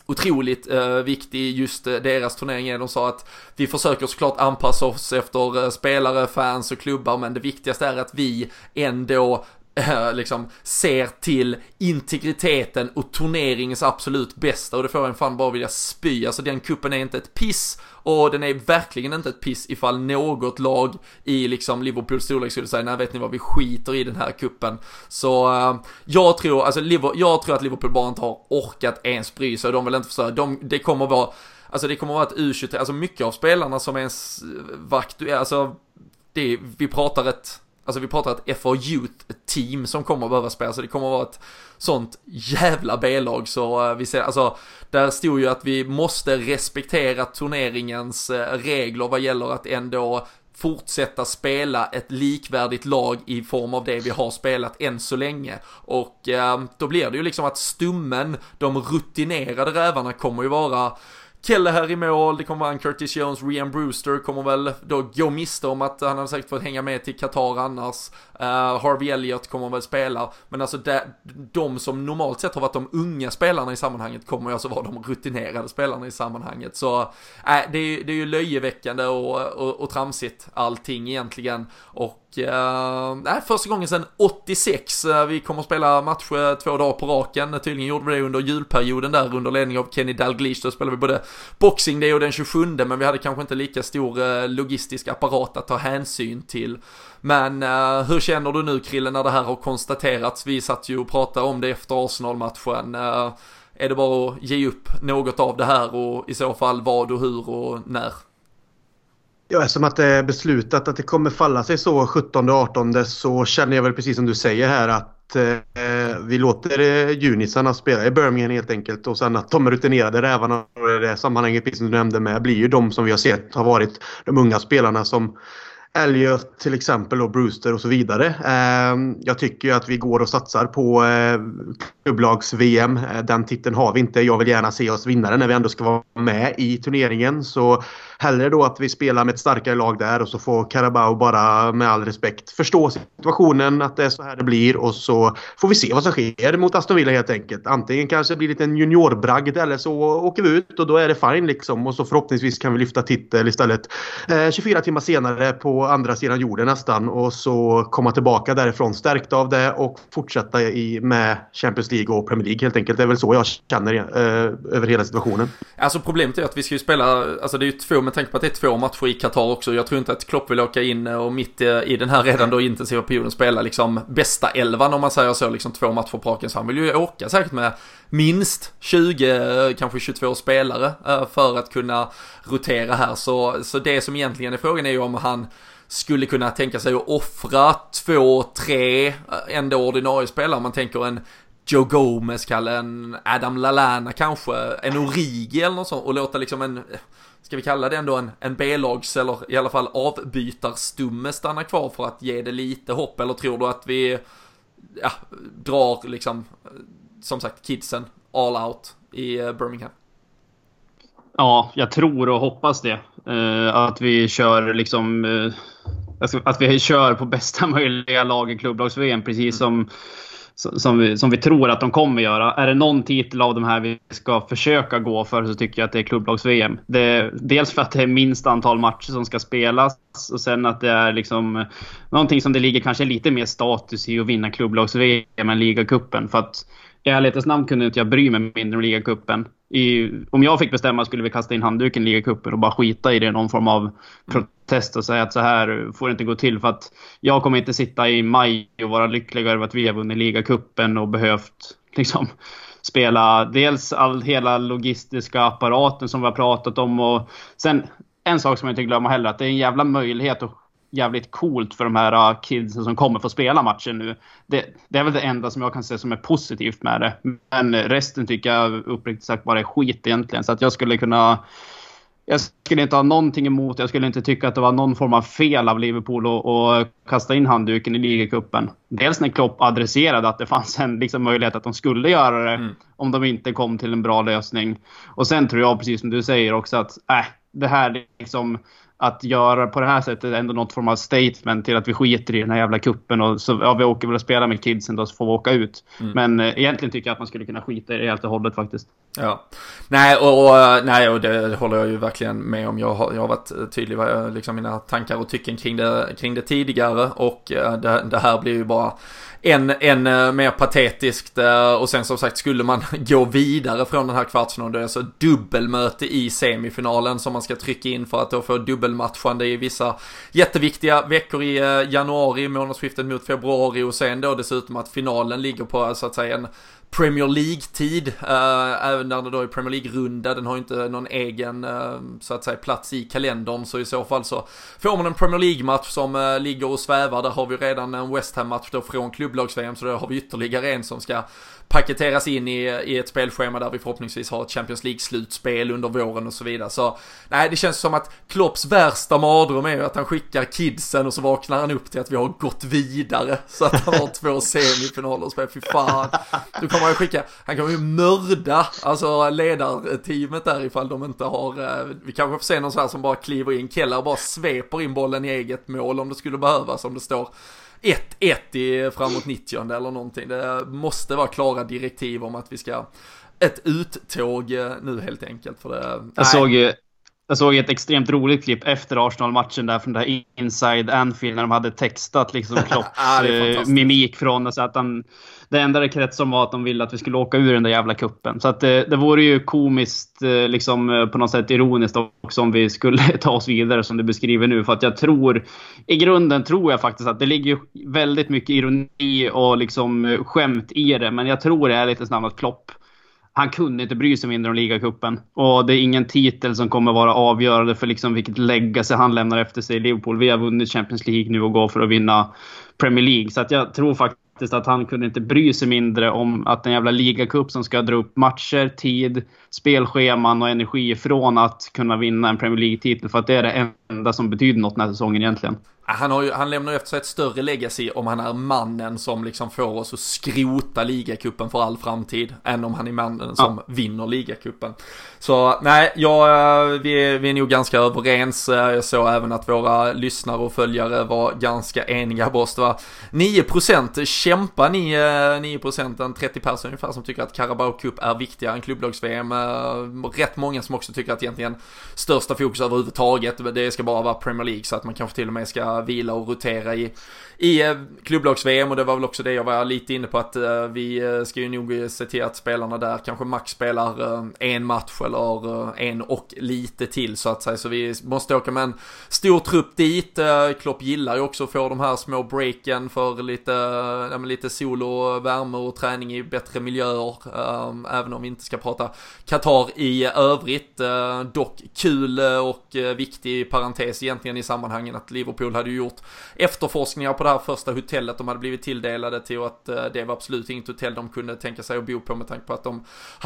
otroligt eh, viktig i just eh, deras turnering. De sa att vi försöker såklart anpassa oss efter eh, spelare, fans och klubbar, men det viktigaste är att vi ändå eh, liksom ser till integriteten och turneringens absolut bästa, och det får en fan bara vilja spy. Alltså den kuppen är inte ett piss, och den är verkligen inte ett piss ifall något lag i liksom Liverpools storlek skulle säga, nej vet ni vad, vi skiter i den här kuppen. Så uh, jag tror alltså Liverpool, jag tror att Liverpool bara inte har orkat ens bry sig, och de vill inte försöka. De, det kommer vara alltså det kommer vara ett U tjugotre, alltså mycket av spelarna som ens vakt, alltså det, vi pratar ett Alltså vi pratar ett F A Youth-team som kommer att behöva spela, så det kommer att vara ett sånt jävla B-lag. Så vi ser, alltså där stod ju att vi måste respektera turneringens regler vad gäller att ändå fortsätta spela ett likvärdigt lag i form av det vi har spelat än så länge. Och eh, då blir det ju liksom att stummen, de rutinerade rävarna kommer ju vara Kelleher i mål, det kommer vara en Curtis Jones, Ryan Brewster kommer väl då gå miste om att han har säkert fått hänga med till Qatar annars. Uh, Harvey Elliott kommer väl spela, men alltså det, de som normalt sett har varit de unga spelarna i sammanhanget kommer ju alltså vara de rutinerade spelarna i sammanhanget. Så äh, det, är, det är ju löjeväckande och, och, och tramsigt allting egentligen. Och Uh, nej, första gången sedan åttiosex uh, vi kommer att spela matcher två dagar på raken. Tydligen gjorde vi det under julperioden där under ledning av Kenny Dalglish. Då spelade vi både Boxing Day och den tjugosjunde, men vi hade kanske inte lika stor uh, logistisk apparat att ta hänsyn till. Men uh, hur känner du nu, Krille, när det här har konstaterats? Vi satt ju och pratade om det efter Arsenal-matchen. uh, Är det bara att ge upp något av det här, och i så fall vad och hur och när? Ja, som att det är beslutat att det kommer falla sig så sjuttonde och artonde, så känner jag väl precis som du säger här att eh, vi låter eh, junisarna spela i Birmingham helt enkelt, och sen att de rutinerade rävarna och det sammanhanget precis som du nämnde med blir ju de som vi har sett har varit de unga spelarna som Elliot till exempel och Brewster och så vidare. Eh, jag tycker ju att vi går och satsar på eh, klubblags-V M. Eh, den titeln har vi inte. Jag vill gärna se oss vinna den när vi ändå ska vara med i turneringen. Så hellre då att vi spelar med ett starkare lag där, och så får Carabao bara med all respekt förstå situationen, att det är så här det blir, och så får vi se vad som sker mot Aston Villa helt enkelt. Antingen kanske det blir lite en juniorbragd, eller så åker vi ut och då är det fine liksom, och så förhoppningsvis kan vi lyfta titel istället eh, tjugofyra timmar senare på andra sidan jorden nästan, och så komma tillbaka därifrån stärkt av det och fortsätta i, med Champions League och Premier League helt enkelt. Det är väl så jag känner eh, över hela situationen. Alltså problemet är att vi ska ju spela, alltså det är ju två, men tänk på att det är två matcher i Qatar också. Jag tror inte att Klopp vill åka in och mitt i den här redan då intensiva perioden spela liksom bästa elvan, om man säger så, liksom två matcher på raken. Så han vill ju åka säkert med minst tjugo, kanske tjugotvå spelare för att kunna rotera här. Så, så det som egentligen är frågan är ju om han skulle kunna tänka sig att offra två, tre ändå ordinarie spelare. Man tänker en Joe Gomez, Kalle, en Adam Lallana kanske, en Origi eller något sånt, och låta liksom en, ska vi kalla det ändå en, en B-lags eller i alla fall avbytarstumme stanna kvar för att ge det lite hopp? Eller tror du att vi ja, drar liksom som sagt kidsen all out i Birmingham? Ja, jag tror och hoppas det. Uh, att vi kör liksom uh, att vi kör på bästa möjliga lag i klubblags-V M, precis mm. som Som vi, som vi tror att de kommer göra. Är det någon titel av de här vi ska försöka gå för, så tycker jag att det är klubblags-V M. Det, dels för att det är minst antal matcher som ska spelas, och sen att det är liksom någonting som det ligger kanske lite mer status i att vinna klubblags-V M än ligacupen. För att i ärlighetens namn kunde inte jag bry mig mindre om ligacupen. I, om jag fick bestämma skulle vi kasta in handduken i ligacupen och bara skita i det, någon form av protest, och säga att så här får det inte gå till, för att jag kommer inte sitta i maj och vara lycklig över att vi har vunnit ligacupen och behövt liksom spela dels all hela logistiska apparaten som vi har pratat om, och sen en sak som jag inte glömmer heller, att det är en jävla möjlighet och jävligt coolt för de här kidsen som kommer få spela matchen nu. Det, det är väl det enda som jag kan se som är positivt med det. Men resten tycker jag uppriktigt sagt bara är skit egentligen. Så att jag skulle kunna... Jag skulle inte ha någonting emot. Jag skulle inte tycka att det var någon form av fel av Liverpool att, att kasta in handduken i ligacupen. Dels när Klopp adresserade att det fanns en liksom möjlighet att de skulle göra det mm. om de inte kom till en bra lösning. Och sen tror jag, precis som du säger också, att äh, det här liksom... att göra på det här sättet är ändå något form av statement till att vi skiter i den här jävla kuppen, och så ja, vi åker väl att spela med kidsen då, så får vi åka ut. Mm. Men eh, egentligen tycker jag att man skulle kunna skita i det helt och hållet faktiskt. Ja, nej och, nej och det håller jag ju verkligen med om. Jag har, jag har varit tydlig med liksom mina tankar och tycken kring det, kring det tidigare, och det, det här blir ju bara en, en mer patetiskt, och sen som sagt skulle man gå vidare från den här kvartsfinalen, det är alltså dubbelmöte i semifinalen som man ska trycka in för att då få dubbelmatchande i vissa jätteviktiga veckor i januari, månadsskiftet mot februari, och sen då dessutom att finalen ligger på så att säga en Premier League-tid, äh, även när det då är Premier League-runda, den har ju inte någon egen äh, så att säga plats i kalendern, så i så fall så får man en Premier League-match som äh, ligger och svävar. Där har vi redan en West Ham-match då från klubblags-V M, så då har vi ytterligare en som ska paketeras in i, i ett spelschema där vi förhoppningsvis har ett Champions League-slutspel under våren och så vidare. Så nej, det känns som att Klopps värsta mardröm är ju att han skickar kidsen och så vaknar han upp till att vi har gått vidare, så att han har två semifinaler och spel. Fy fan, du kommer ju skicka, han kommer ju mörda alltså ledarteamet där ifall de inte har, vi kanske får se någon så här som bara kliver in, Keller bara sveper in bollen i eget mål om det skulle behövas, om det står ett ett i framåt nittio eller någonting. Det måste vara klara direktiv om att vi ska ett uttåg nu helt enkelt, för det. Jag såg ju Jag såg ett extremt roligt klipp efter Arsenal-matchen där från det här Inside Anfield när de hade textat liksom Klopps ah, eh, mimik från, så att han, det enda det krets som var att de ville att vi skulle åka ur den där jävla kuppen. Så att det, det vore ju komiskt eh, liksom på något sätt ironiskt också om vi skulle ta oss vidare som du beskriver nu, för att jag tror i grunden tror jag faktiskt att det ligger väldigt mycket ironi och liksom skämt i det, men jag tror det är lite snabbt att Klopp, han kunde inte bry sig mindre om ligacupen. Och det är ingen titel som kommer vara avgörande för liksom vilket legacy han lämnar efter sig i Liverpool. Vi har vunnit Champions League nu och går för att vinna Premier League. Så att jag tror faktiskt att han kunde inte bry sig mindre om att en jävla ligacup som ska dra upp matcher, tid, spelscheman och energi ifrån att kunna vinna en Premier League-titel. För att det är det enda som betyder något den här säsongen egentligen. Han, har ju, han lämnar ju efter sig ett större legacy om han är mannen som liksom får oss att skrota ligacupen för all framtid än om han är mannen som ja. vinner ligacupen. Så nej, ja, vi, vi är nog ganska överens. Jag såg även att våra lyssnare och följare var ganska eniga på oss. Det var nio procent kämpar ni, nio procent, en trettio personer ungefär som tycker att Carabao Cup är viktigare än klubblags-V M. Rätt många som också tycker att egentligen största fokus överhuvudtaget, det ska bara vara Premier League, så att man kanske till och med ska vila och rotera i, i klubblags-V M, och det var väl också det jag var lite inne på, att uh, vi ska ju nog se till att spelarna där kanske max spelar uh, en match eller uh, en och lite till så att säga, så vi måste åka med en stor trupp dit. uh, Klopp gillar ju också att få de här små breaken för lite, uh, lite sol och värme och träning i bättre miljöer, uh, även om vi inte ska prata Qatar i övrigt. uh, dock kul och uh, viktig parentes egentligen i sammanhangen att Liverpool hade ju gjort efterforskningar på det här första hotellet de hade blivit tilldelade till, och att det var absolut inget hotell de kunde tänka sig att bo på, med tanke på att de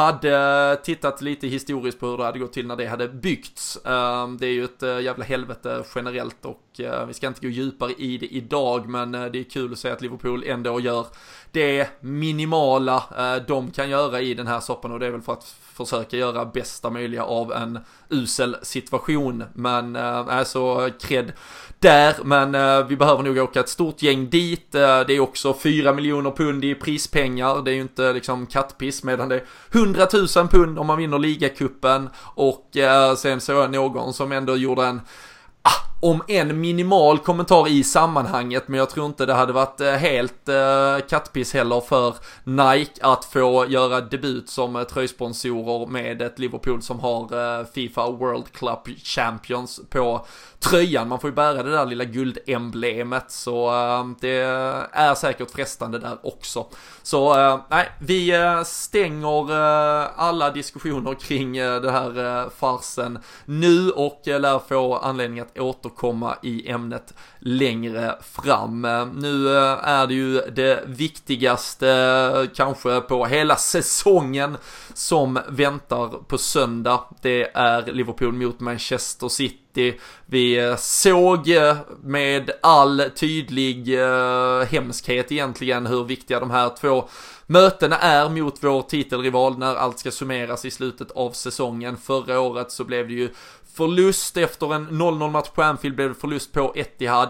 hade tittat lite historiskt på hur det hade gått till när det hade byggts. Det är ju ett jävla helvete generellt, och vi ska inte gå djupare i det idag, men det är kul att se att Liverpool ändå gör det minimala de kan göra i den här soppan, och det är väl för att försöka göra bästa möjliga av en usel situation. Men alltså cred där, men uh, vi behöver nog åka ett stort gäng dit. Uh, det är också fyra miljoner pund i prispengar. Det är ju inte liksom kattpiss, medan det är hundratusen pund om man vinner ligacupen. Och uh, sen så är någon som ändå gjorde en ah, om en minimal kommentar i sammanhanget, men jag tror inte det hade varit uh, helt uh, kattpiss heller för Nike att få göra debut som uh, tröjsponsorer med ett Liverpool som har uh, FIFA World Club Champions på tröjan. Man får ju bära det där lilla guldemblemet, så uh, det är säkert frestande där också. Så uh, nej, vi uh, stänger uh, alla diskussioner kring uh, det här uh, farsen nu, och uh, lär få anledning att återkomma i ämnet längre fram. Uh, nu uh, är det ju det viktigaste uh, kanske på hela säsongen som väntar på söndag. Det är Liverpool mot Manchester City. Vi såg med all tydlig uh, hemskhet egentligen hur viktiga de här två mötena är mot vår titelrival när allt ska summeras i slutet av säsongen. Förra året så blev det ju förlust efter en noll noll match på Anfield, blev det förlust på Etihad.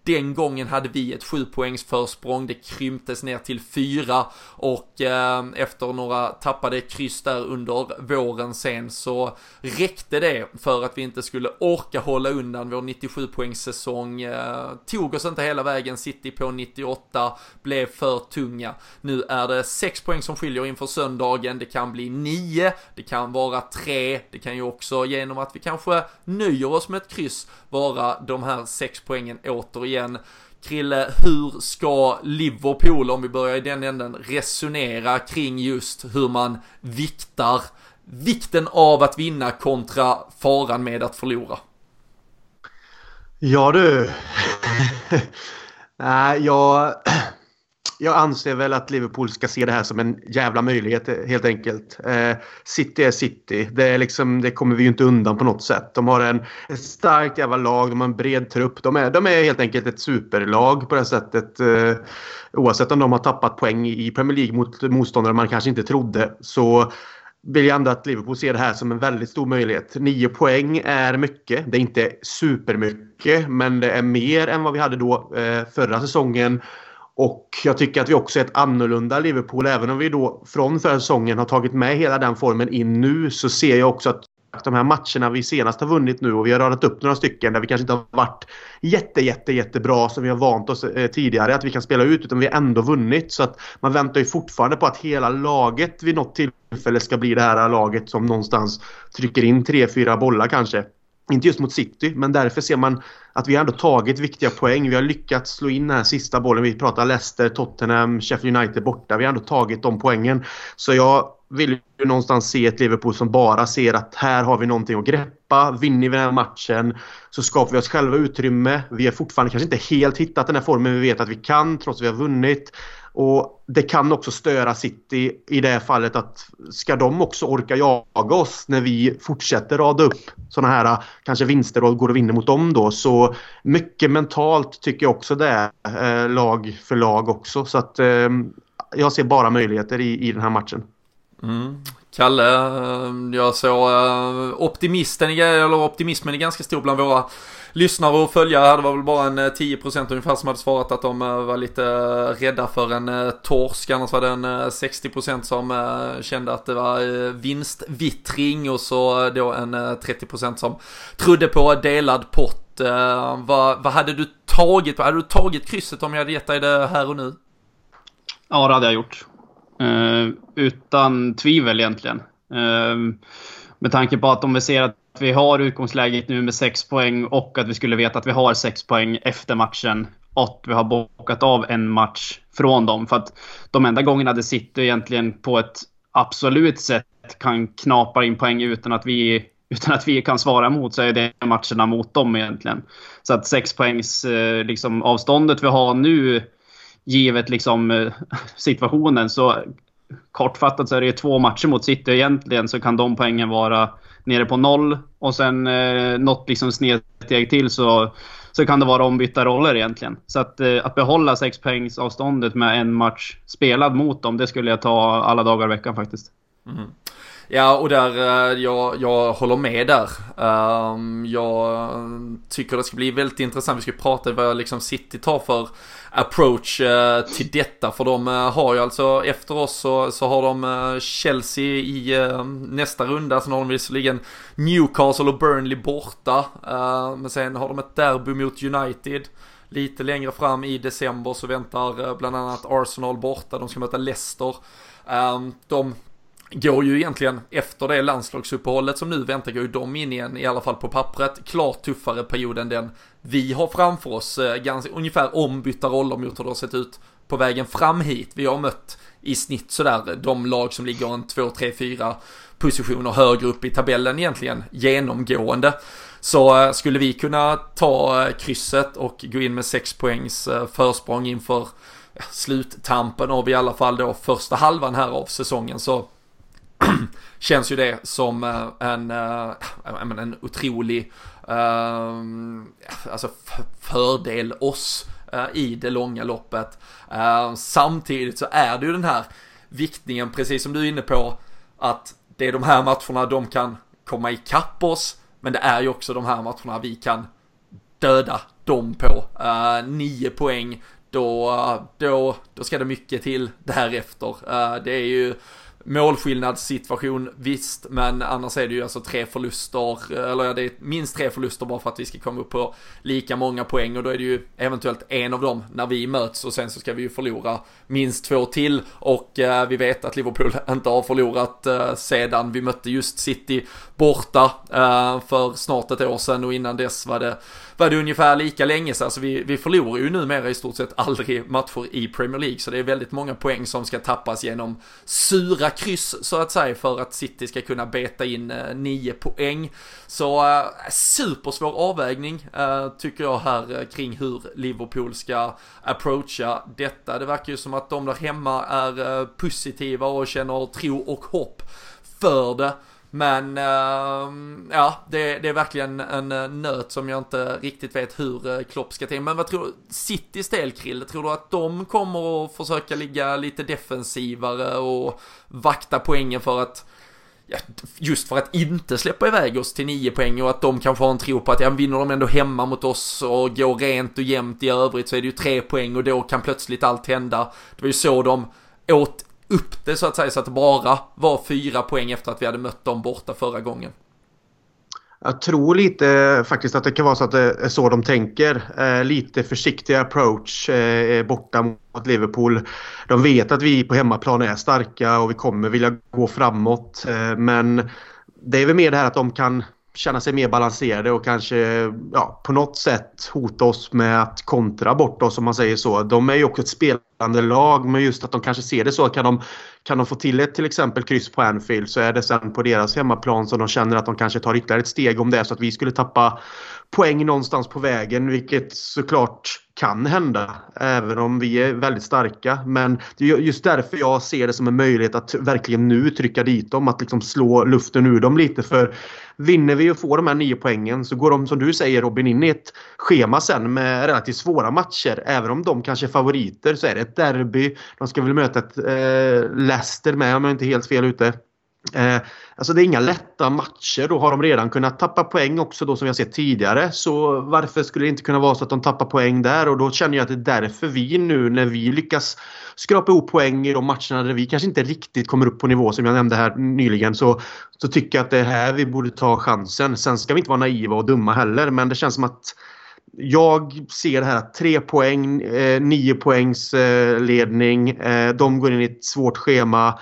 Den gången hade vi ett sju poängs försprång, det krymptes ner till fyra och eh, efter några tappade kryss där under våren sen så räckte det för att vi inte skulle orka hålla undan vår nittiosju poängs säsong. Eh, tog oss inte hela vägen, City på nittioåtta blev för tunga. Nu är det sex poäng som skiljer inför söndagen, det kan bli nio, det kan vara tre, det kan ju också genom att vi kanske nöjer oss med ett kryss vara de här sex poängen återigen. Krille, hur ska Liverpool, om vi börjar i den änden, resonera kring just hur man viktar vikten av att vinna kontra faran med att förlora? Ja du. Nej, jag... Jag anser väl att Liverpool ska se det här som en jävla möjlighet helt enkelt. Eh, City är City. Det, är liksom, det kommer vi ju inte undan på något sätt. De har en, ett starkt jävla lag. De har en bred trupp. De är, de är helt enkelt ett superlag på det sättet. Eh, oavsett om de har tappat poäng i Premier League mot motståndare man kanske inte trodde. Så vill jag ändå att Liverpool ser det här som en väldigt stor möjlighet. Nio poäng är mycket. Det är inte supermycket. Men det är mer än vad vi hade då eh, förra säsongen. Och jag tycker att vi också är ett annorlunda Liverpool. Även om vi då från förra säsongen har tagit med hela den formen in nu, så ser jag också att de här matcherna vi senast har vunnit nu, och vi har radat upp några stycken där vi kanske inte har varit jätte, jätte, jättebra som vi har vant oss eh, tidigare att vi kan spela ut, utan vi har ändå vunnit. Så att man väntar ju fortfarande på att hela laget vid något tillfälle ska bli det här laget som någonstans trycker in tre, fyra bollar kanske. Inte just mot City, men därför ser man att vi har ändå tagit viktiga poäng. Vi har lyckats slå in den här sista bollen. Vi pratar Leicester, Tottenham, Sheffield United borta. Vi har ändå tagit de poängen. Så jag vill ju någonstans se ett Liverpool som bara ser att här har vi någonting att greppa. Vinner vi den här matchen så skapar vi oss själva utrymme. Vi har fortfarande kanske inte helt hittat den här formen vi vet att vi kan, trots att vi har vunnit. Och det kan också störa City i det fallet att ska de också orka jaga oss när vi fortsätter rada upp sådana här kanske vinster och går och vinner mot dem då. Så mycket mentalt tycker jag också det är eh, lag för lag också. Så att eh, jag ser bara möjligheter i, i den här matchen. Mm. Kalle, jag såg optimisten, eller optimismen är ganska stor bland våra lyssnare och följare. Det var väl bara en tio procent ungefär som hade svarat att de var lite rädda för en torsk. Annars var det en sextio procent som kände att det var vinstvittring, och så då en trettio procent som trodde på delad pott. Vad, vad hade du tagit? Hade du tagit krysset om jag hade gett dig det här och nu? Ja, det hade jag gjort. Uh, utan tvivel egentligen. Uh, med tanke på att om vi ser att vi har utgångsläget nu med sex poäng och att vi skulle veta att vi har sex poäng efter matchen och att vi har bockat av en match från dem. För att de enda gångerna det sitter egentligen på ett absolut sätt kan knapa in poäng utan att vi, utan att vi kan svara emot, så är det matcherna mot dem egentligen. Så att sex poängs uh, liksom, avståndet vi har nu, givet liksom situationen, så kortfattat så är det ju två matcher mot City egentligen, så kan de poängen vara nere på noll och sen eh, något liksom snedsteg till så, så kan det vara ombytta roller egentligen. Så att, eh, att behålla sex poängs avståndet med en match spelad mot dem, det skulle jag ta alla dagar i veckan faktiskt. Mm. Ja, och där, jag, jag håller med där. Um, jag tycker det ska bli väldigt intressant. Vi ska prata vad liksom City tar för approach uh, till detta. För de uh, har ju alltså, efter oss så, så har de uh, Chelsea i uh, nästa runda. Sen har de visserligen Newcastle och Burnley borta. Uh, men sen har de ett derby mot United. Lite längre fram i december så väntar uh, bland annat Arsenal borta. De ska möta Leicester. Um, de går ju egentligen efter det landslagsuppehållet som nu väntar, går ju de in igen, i alla fall på pappret, klart tuffare period än den vi har framför oss, ganska, ungefär ombytta roller mot hur det har sett ut på vägen fram hit. Vi har mött i snitt sådär de lag som ligger en två, tre, fyra positioner högre upp i tabellen egentligen genomgående. Så skulle vi kunna ta krysset och gå in med sex poängs försprång inför sluttampen av i alla fall då första halvan här av säsongen, så känns ju det som en, en, en otrolig alltså fördel oss i det långa loppet. Samtidigt så är det ju den här viktningen, precis som du är inne på, att det är de här matcherna de kan komma ikapp oss, men det är ju också de här matcherna vi kan döda dem på. Uh, nio poäng, då, då, då ska det mycket till därefter. Uh, det är ju målskillnadssituation, visst, men annars är det ju alltså tre förluster, eller ja, det är minst tre förluster bara för att vi ska komma upp på lika många poäng, och då är det ju eventuellt en av dem när vi möts, och sen så ska vi ju förlora minst två till, och eh, vi vet att Liverpool inte har förlorat eh, sedan vi mötte just City borta eh, för snart ett år sedan, och innan dess var det, var det ungefär lika länge sedan. Så vi, vi förlorar ju numera i stort sett aldrig matcher i Premier League, så det är väldigt många poäng som ska tappas genom sura kryss så att säga för att City ska kunna beta in eh, nio poäng. Så eh, supersvår avvägning eh, tycker jag här eh, kring hur Liverpool ska approacha detta. Det verkar ju som att de där hemma är eh, positiva och känner tro och hopp för det. Men uh, ja, det, det är verkligen en uh, nöt som jag inte riktigt vet hur uh, Klopp ska till. Men vad tror du, Citys del, Krill? Tror du att de kommer att försöka ligga lite defensivare och vakta poängen för att, ja, just för att inte släppa iväg oss till nio poäng, och att de kan få en tro på att ja, vinner de ändå hemma mot oss och går rent och jämnt i övrigt, så är det ju tre poäng och då kan plötsligt allt hända. Det var ju så de åt upp det så att säga, så att det bara var fyra poäng efter att vi hade mött dem borta förra gången. Jag tror lite faktiskt att det kan vara så att det är så de tänker. Eh, lite försiktig approach eh, borta mot Liverpool. De vet att vi på hemmaplan är starka och vi kommer vilja gå framåt. Eh, men det är väl mer det här att de kan känna sig mer balanserade och kanske ja, på något sätt hota oss med att kontra bort oss, om man säger så. De är ju också ett spelande lag, men just att de kanske ser det så. Kan de, kan de få till ett till exempel kryss på Anfield, så är det sen på deras hemmaplan så de känner att de kanske tar ytterligare ett steg om det är så att vi skulle tappa poäng någonstans på vägen, vilket såklart kan hända, även om vi är väldigt starka. Men det är just därför jag ser det som en möjlighet att verkligen nu trycka dit dem, att liksom slå luften ur dem lite. För vinner vi och får de här nio poängen, så går de, som du säger Robin, in i ett schema sen med relativt svåra matcher. Även om de kanske är favoriter, så är det ett derby. De ska väl möta ett eh, Leicester med, om jag inte är helt fel ute. Eh, alltså det är inga lätta matcher. Då har de redan kunnat tappa poäng också då, som vi har sett tidigare. Så varför skulle det inte kunna vara så att de tappar poäng där? Och då känner jag att det är därför vi nu, när vi lyckas skrapa ihop poäng i de matcherna där vi kanske inte riktigt kommer upp på nivå som jag nämnde här nyligen, så, så tycker jag att det är här vi borde ta chansen. Sen ska vi inte vara naiva och dumma heller, men det känns som att jag ser det här att tre poäng, eh, nio poängs eh, ledning, eh, de går in i ett svårt schema.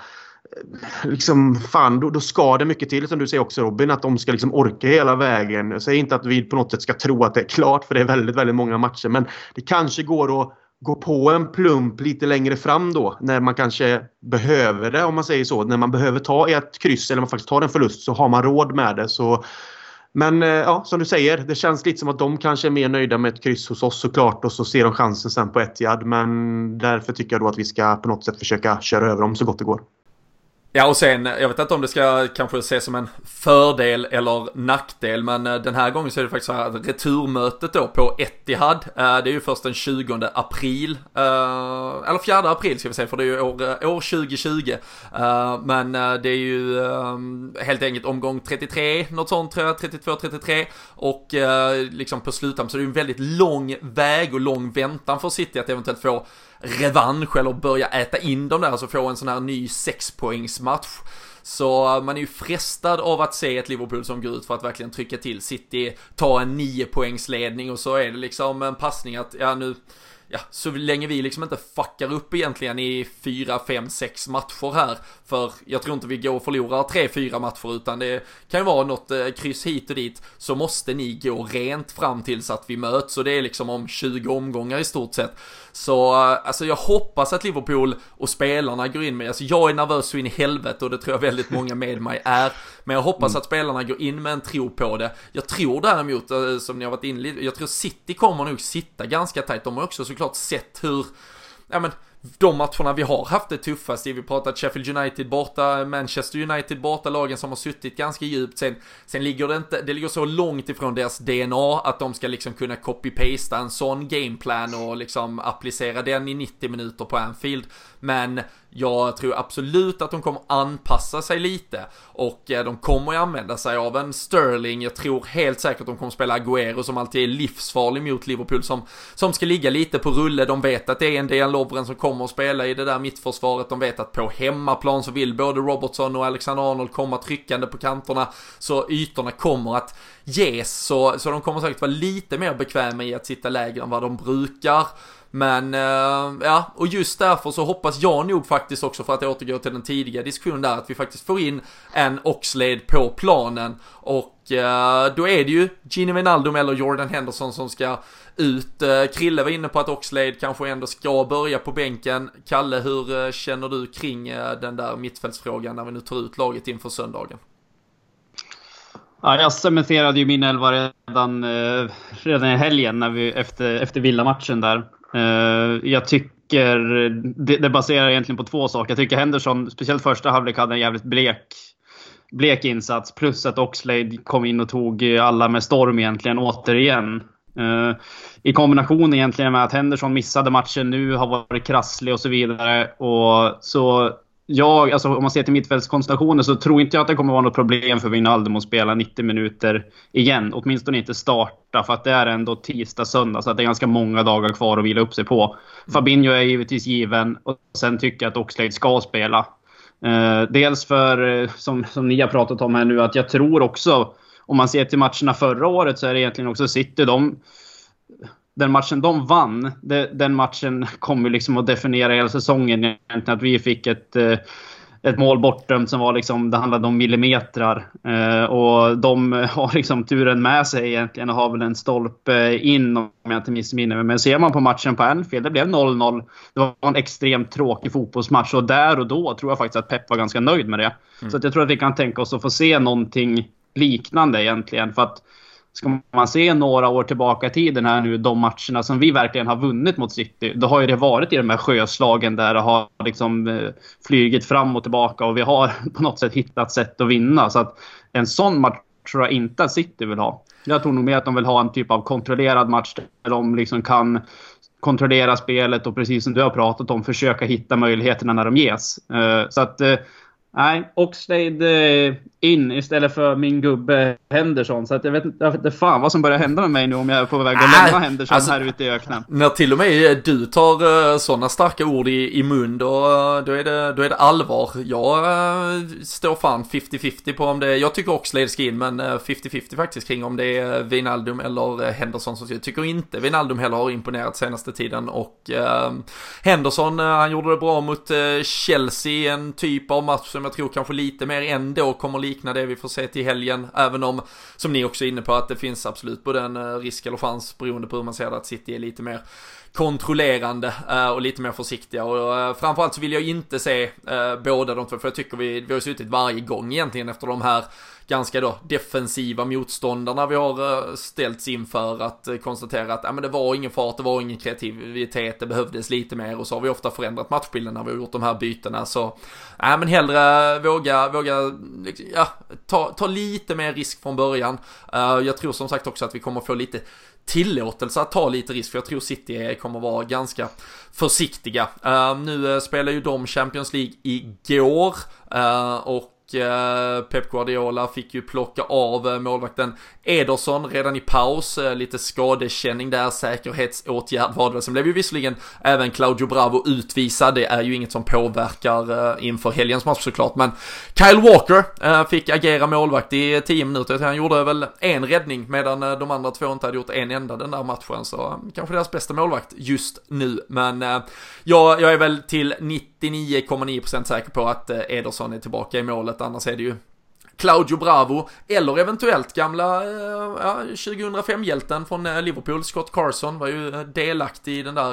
Liksom, fan, då, då ska det mycket till, som du säger också Robin, att de ska liksom orka hela vägen. Jag säger inte att vi på något sätt ska tro att det är klart, för det är väldigt, väldigt många matcher, men det kanske går att gå på en plump lite längre fram då, när man kanske behöver det, om man säger så. När man behöver ta ett kryss eller man faktiskt tar en förlust, så har man råd med det. Så, men ja, som du säger, det känns lite som att de kanske är mer nöjda med ett kryss hos oss såklart, och så ser de chansen sen på Etihad. Men därför tycker jag då att vi ska på något sätt försöka köra över dem så gott det går. Ja, och sen, jag vet inte om det ska kanske ses som en fördel eller nackdel, men den här gången så är det faktiskt så här att returmötet då på Etihad, det är ju först den tjugonde april, eller fjärde april ska vi säga, för det är ju år, år tjugo tjugo, men det är ju helt enkelt omgång trettiotre, något sånt tror jag, trettiotvå trettiotre, och liksom på sluttampen så är det ju en väldigt lång väg och lång väntan för City att eventuellt få revansch eller börja äta in dem där, alltså få en sån här ny sexpoängsmatch. Så man är ju frestad av att se ett Liverpool som går ut för att verkligen trycka till City, ta en nio poängsledning, och så är det liksom en passning att ja nu, ja, så länge vi liksom inte fuckar upp egentligen i fyra, fem, sex matcher här, för jag tror inte vi går och förlorar tre, fyra matcher, utan det kan ju vara något eh, kryss hit och dit, så måste ni gå rent fram tills att vi möts, och det är liksom om tjugo omgångar i stort sett. Så alltså jag hoppas att Liverpool och spelarna går in med, alltså jag är nervös så in i helvete, och det tror jag väldigt många med mig är, men jag hoppas mm. att spelarna går in med en tro på det. Jag tror däremot, som ni har varit inne, jag tror City kommer nog sitta ganska tajt. De har också såklart sett hur, ja men, de matcherna vi har haft det tuffast i. Vi pratat Sheffield United borta, Manchester United borta, lagen som har suttit ganska djupt. Sen, sen ligger det inte, det ligger så långt ifrån deras D N A att de ska liksom kunna copy-pasta en sån gameplan och liksom applicera den i nittio minuter på Anfield. Men jag tror absolut att de kommer anpassa sig lite och de kommer ju använda sig av en Sterling. Jag tror helt säkert att de kommer spela Aguero som alltid är livsfarlig mot Liverpool som, som ska ligga lite på rulle. De vet att det är en del Lovren som kommer att spela i det där mittförsvaret. De vet att på hemmaplan så vill både Robertson och Alexander-Arnold komma tryckande på kanterna, så ytorna kommer att ges, så, så de kommer säkert vara lite mer bekväma i att sitta lägre än vad de brukar. Men uh, ja, och just därför så hoppas jag nog faktiskt också, för att återgå till den tidiga diskussionen där, att vi faktiskt får in en Oxlade på planen. Och uh, då är det ju Gini Wijnaldum eller Jordan Henderson som ska ut. uh, Krille var inne på att Oxlade kanske ändå ska börja på bänken. Kalle, hur uh, känner du kring uh, den där mittfältsfrågan när vi nu tar ut laget inför söndagen? Ja, jag cementerade ju min elva redan, uh, redan i helgen när vi, efter, efter Villa-matchen där. Uh, jag tycker det, det baserar egentligen på två saker. Jag tycker Henderson, speciellt första halvlek, hade en jävligt blek, blek insats. Plus att Oxlade kom in och tog alla med storm egentligen återigen. Uh, I kombination egentligen med att Henderson missade matchen nu, har varit krasslig och så vidare. Och så jag, alltså om man ser till mittfältskonstellationen, så tror inte jag att det kommer vara något problem för Wijnaldum att spela nittio minuter igen. Åtminstone inte starta, för att det är ändå tisdag, söndag, så att det är ganska många dagar kvar att vila upp sig på. Mm. Fabinho är givetvis given, och sen tycker jag att Oxlade ska spela. Eh, dels för, som, som ni har pratat om här nu, att jag tror också, om man ser till matcherna förra året, så är det egentligen också City, de... Den matchen de vann, den matchen kommer liksom att definiera hela säsongen egentligen. Att vi fick ett, ett mål bortdömt som var liksom, det handlade om millimetrar. Och de har liksom turen med sig egentligen och har väl en stolpe in, om jag inte missminner mig. Men ser man på matchen på Anfield, det blev noll noll. Det var en extremt tråkig fotbollsmatch, och där och då tror jag faktiskt att Pep var ganska nöjd med det. Mm. Så att jag tror att vi kan tänka oss att få se någonting liknande egentligen, för att ska man se några år tillbaka i tiden här nu, de matcherna som vi verkligen har vunnit mot City, då har ju det varit i de här sjöslagen där det har liksom flygit fram och tillbaka, och vi har på något sätt hittat sätt att vinna. Så att en sån match tror jag inte att City vill ha. Jag tror nog mer att de vill ha en typ av kontrollerad match där de liksom kan kontrollera spelet och, precis som du har pratat om, försöka hitta möjligheterna när de ges. Så att nej, Oxlade in istället för min gubbe Henderson. Så att jag vet inte, jag vet inte fan vad som börjar hända med mig nu om jag är på väg att lämna Henderson alltså, här ute i öknen. När till och med du tar uh, sådana starka ord i, i mun, då, då, är det, då är det allvar. Jag uh, står fan femtio femtio på om det, jag tycker Oxlade ska in, men uh, femtio femtio faktiskt kring om det är Wijnaldum eller uh, Henderson. Så jag tycker inte Wijnaldum heller har imponerat senaste tiden, och uh, Henderson, uh, han gjorde det bra mot uh, Chelsea, en typ av match som jag tror kanske lite mer ändå kommer likna det vi får se till helgen, även om, som ni också är inne på, att det finns absolut både en risk eller chans, beroende på hur man ser det, att City är lite mer kontrollerande uh, och lite mer försiktiga. Och uh, framförallt så vill jag inte se uh, båda de två, för jag tycker vi, vi har suttit varje gång egentligen efter de här ganska då defensiva motståndarna vi har uh, ställts inför, att uh, konstatera att uh, men det var ingen fart, det var ingen kreativitet, det behövdes lite mer, och så har vi ofta förändrat matchbilden när vi har gjort de här bytena. Så uh, men hellre våga, våga liksom, ja, ta, ta lite mer risk från början. Uh, jag tror som sagt också att vi kommer få lite tillåtelse att ta lite risk, för jag tror City kommer vara ganska försiktiga. Uh, nu uh, spelar ju de Champions League igår, uh, och Pep Guardiola fick ju plocka av målvakten Ederson redan i paus, lite skadekänning där, säkerhetsåtgärd var det. Sen blev ju visserligen även Claudio Bravo utvisad, det är ju inget som påverkar inför helgens match såklart, men Kyle Walker fick agera målvakt i tio minuter. Han gjorde väl en räddning, medan de andra två inte hade gjort en enda den där matchen, så kanske deras bästa målvakt just nu. Men jag, jag är väl till nittionio komma nio procent säker på att Ederson är tillbaka i målet. Annars är det ju Claudio Bravo, eller eventuellt gamla ja, tjugohundrafem-hjälten från Liverpool, Scott Carson, var ju delaktig i den där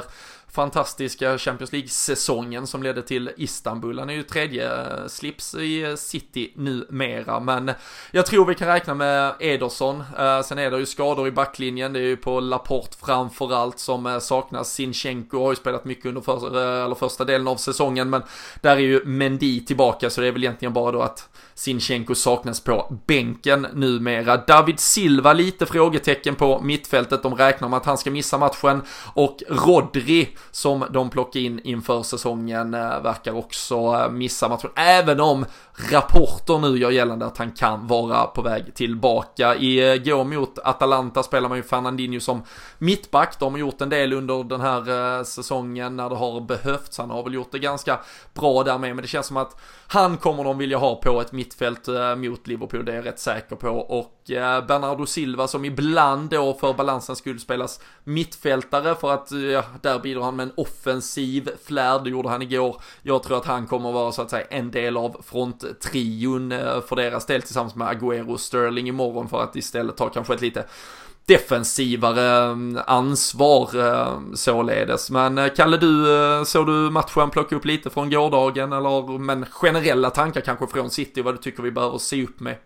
fantastiska Champions League-säsongen som ledde till Istanbul. Han är ju tredje slips i City numera, men jag tror vi kan räkna med Ederson. Sen är det ju skador i backlinjen, det är ju på Laporte framförallt som saknas. Zinchenko har ju spelat mycket under för, eller första delen av säsongen, men där är ju Mendy tillbaka, så det är väl egentligen bara då att Zinchenko saknas på bänken numera. David Silva lite frågetecken på mittfältet, de räknar med att han ska missa matchen, och Rodri som de plockar in inför säsongen verkar också missa matchen, även om rapporter nu gör gällande att han kan vara på väg tillbaka. I går mot Atalanta spelar man ju Fernandinho som mittback. De har gjort en del under den här säsongen när det har behövts. Han har väl gjort det ganska bra där med, men det känns som att han kommer de vilja ha på ett mittfält mot Liverpool, det är jag rätt säker på. Och Bernardo Silva som ibland då för balansens skull spelas mittfältare, för att ja, där bidrar han med en offensiv flärd, det gjorde han igår. Jag tror att han kommer att vara så att säga en del av fronttrion för deras del tillsammans med Agüero och Sterling imorgon, för att istället ta kanske ett lite defensivare ansvar således. Men Kalle, du såg du matchen plocka upp lite från gårdagen, eller men generella tankar kanske från City, vad du tycker vi behöver se upp med?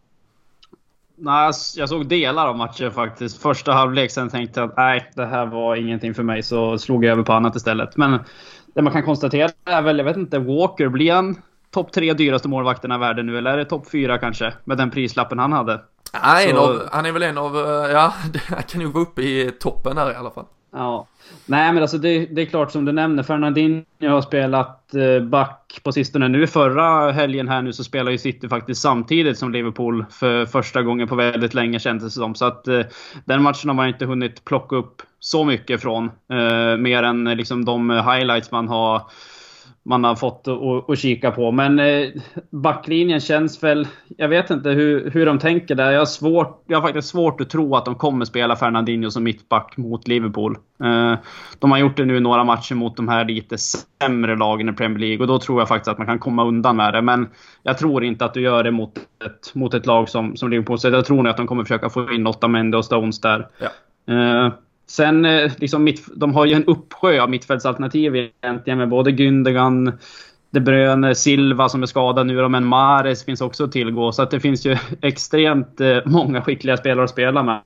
Nej, jag såg delar av matchen faktiskt. Första halvlek, sen tänkte jag att nej, det här var ingenting för mig, så slog jag över på annat istället. Men det man kan konstatera är väl, jag vet inte, Walker, blir han topp tre dyraste målvakterna i världen nu, eller är det topp fyra kanske, med den prislappen han hade? Nej, så... av, han är väl en av, ja, han kan ju vara uppe i toppen där i alla fall. Ja, nej men alltså det, det är klart som du nämner, Fernandinho har spelat back på sistone nu. Förra helgen här nu så spelar ju City faktiskt samtidigt som Liverpool för första gången på väldigt länge, kändes det som. Så att den matchen har man inte hunnit plocka upp så mycket från, eh, mer än liksom de highlights man har man har fått att kika på. Men eh, backlinjen känns väl, jag vet inte hur, hur de tänker där. Jag har, svårt, jag har faktiskt svårt att tro att de kommer spela Fernandinho som mittback mot Liverpool. Eh, de har gjort det nu i några matcher mot de här lite sämre lagen i Premier League, och då tror jag faktiskt att man kan komma undan med det. Men jag tror inte att du gör det mot ett, mot ett lag som, som Liverpool. Så jag tror nog att de kommer försöka få in Otamendi och Stones där. Ja. Eh, Sen liksom mitt, de har ju en uppsjö av mittfältsalternativ egentligen, med både Gündogan, De Bruyne, Silva som är skadad nu, men Mahrez finns också att tillgå. Så att det finns ju extremt många skickliga spelare att spela med.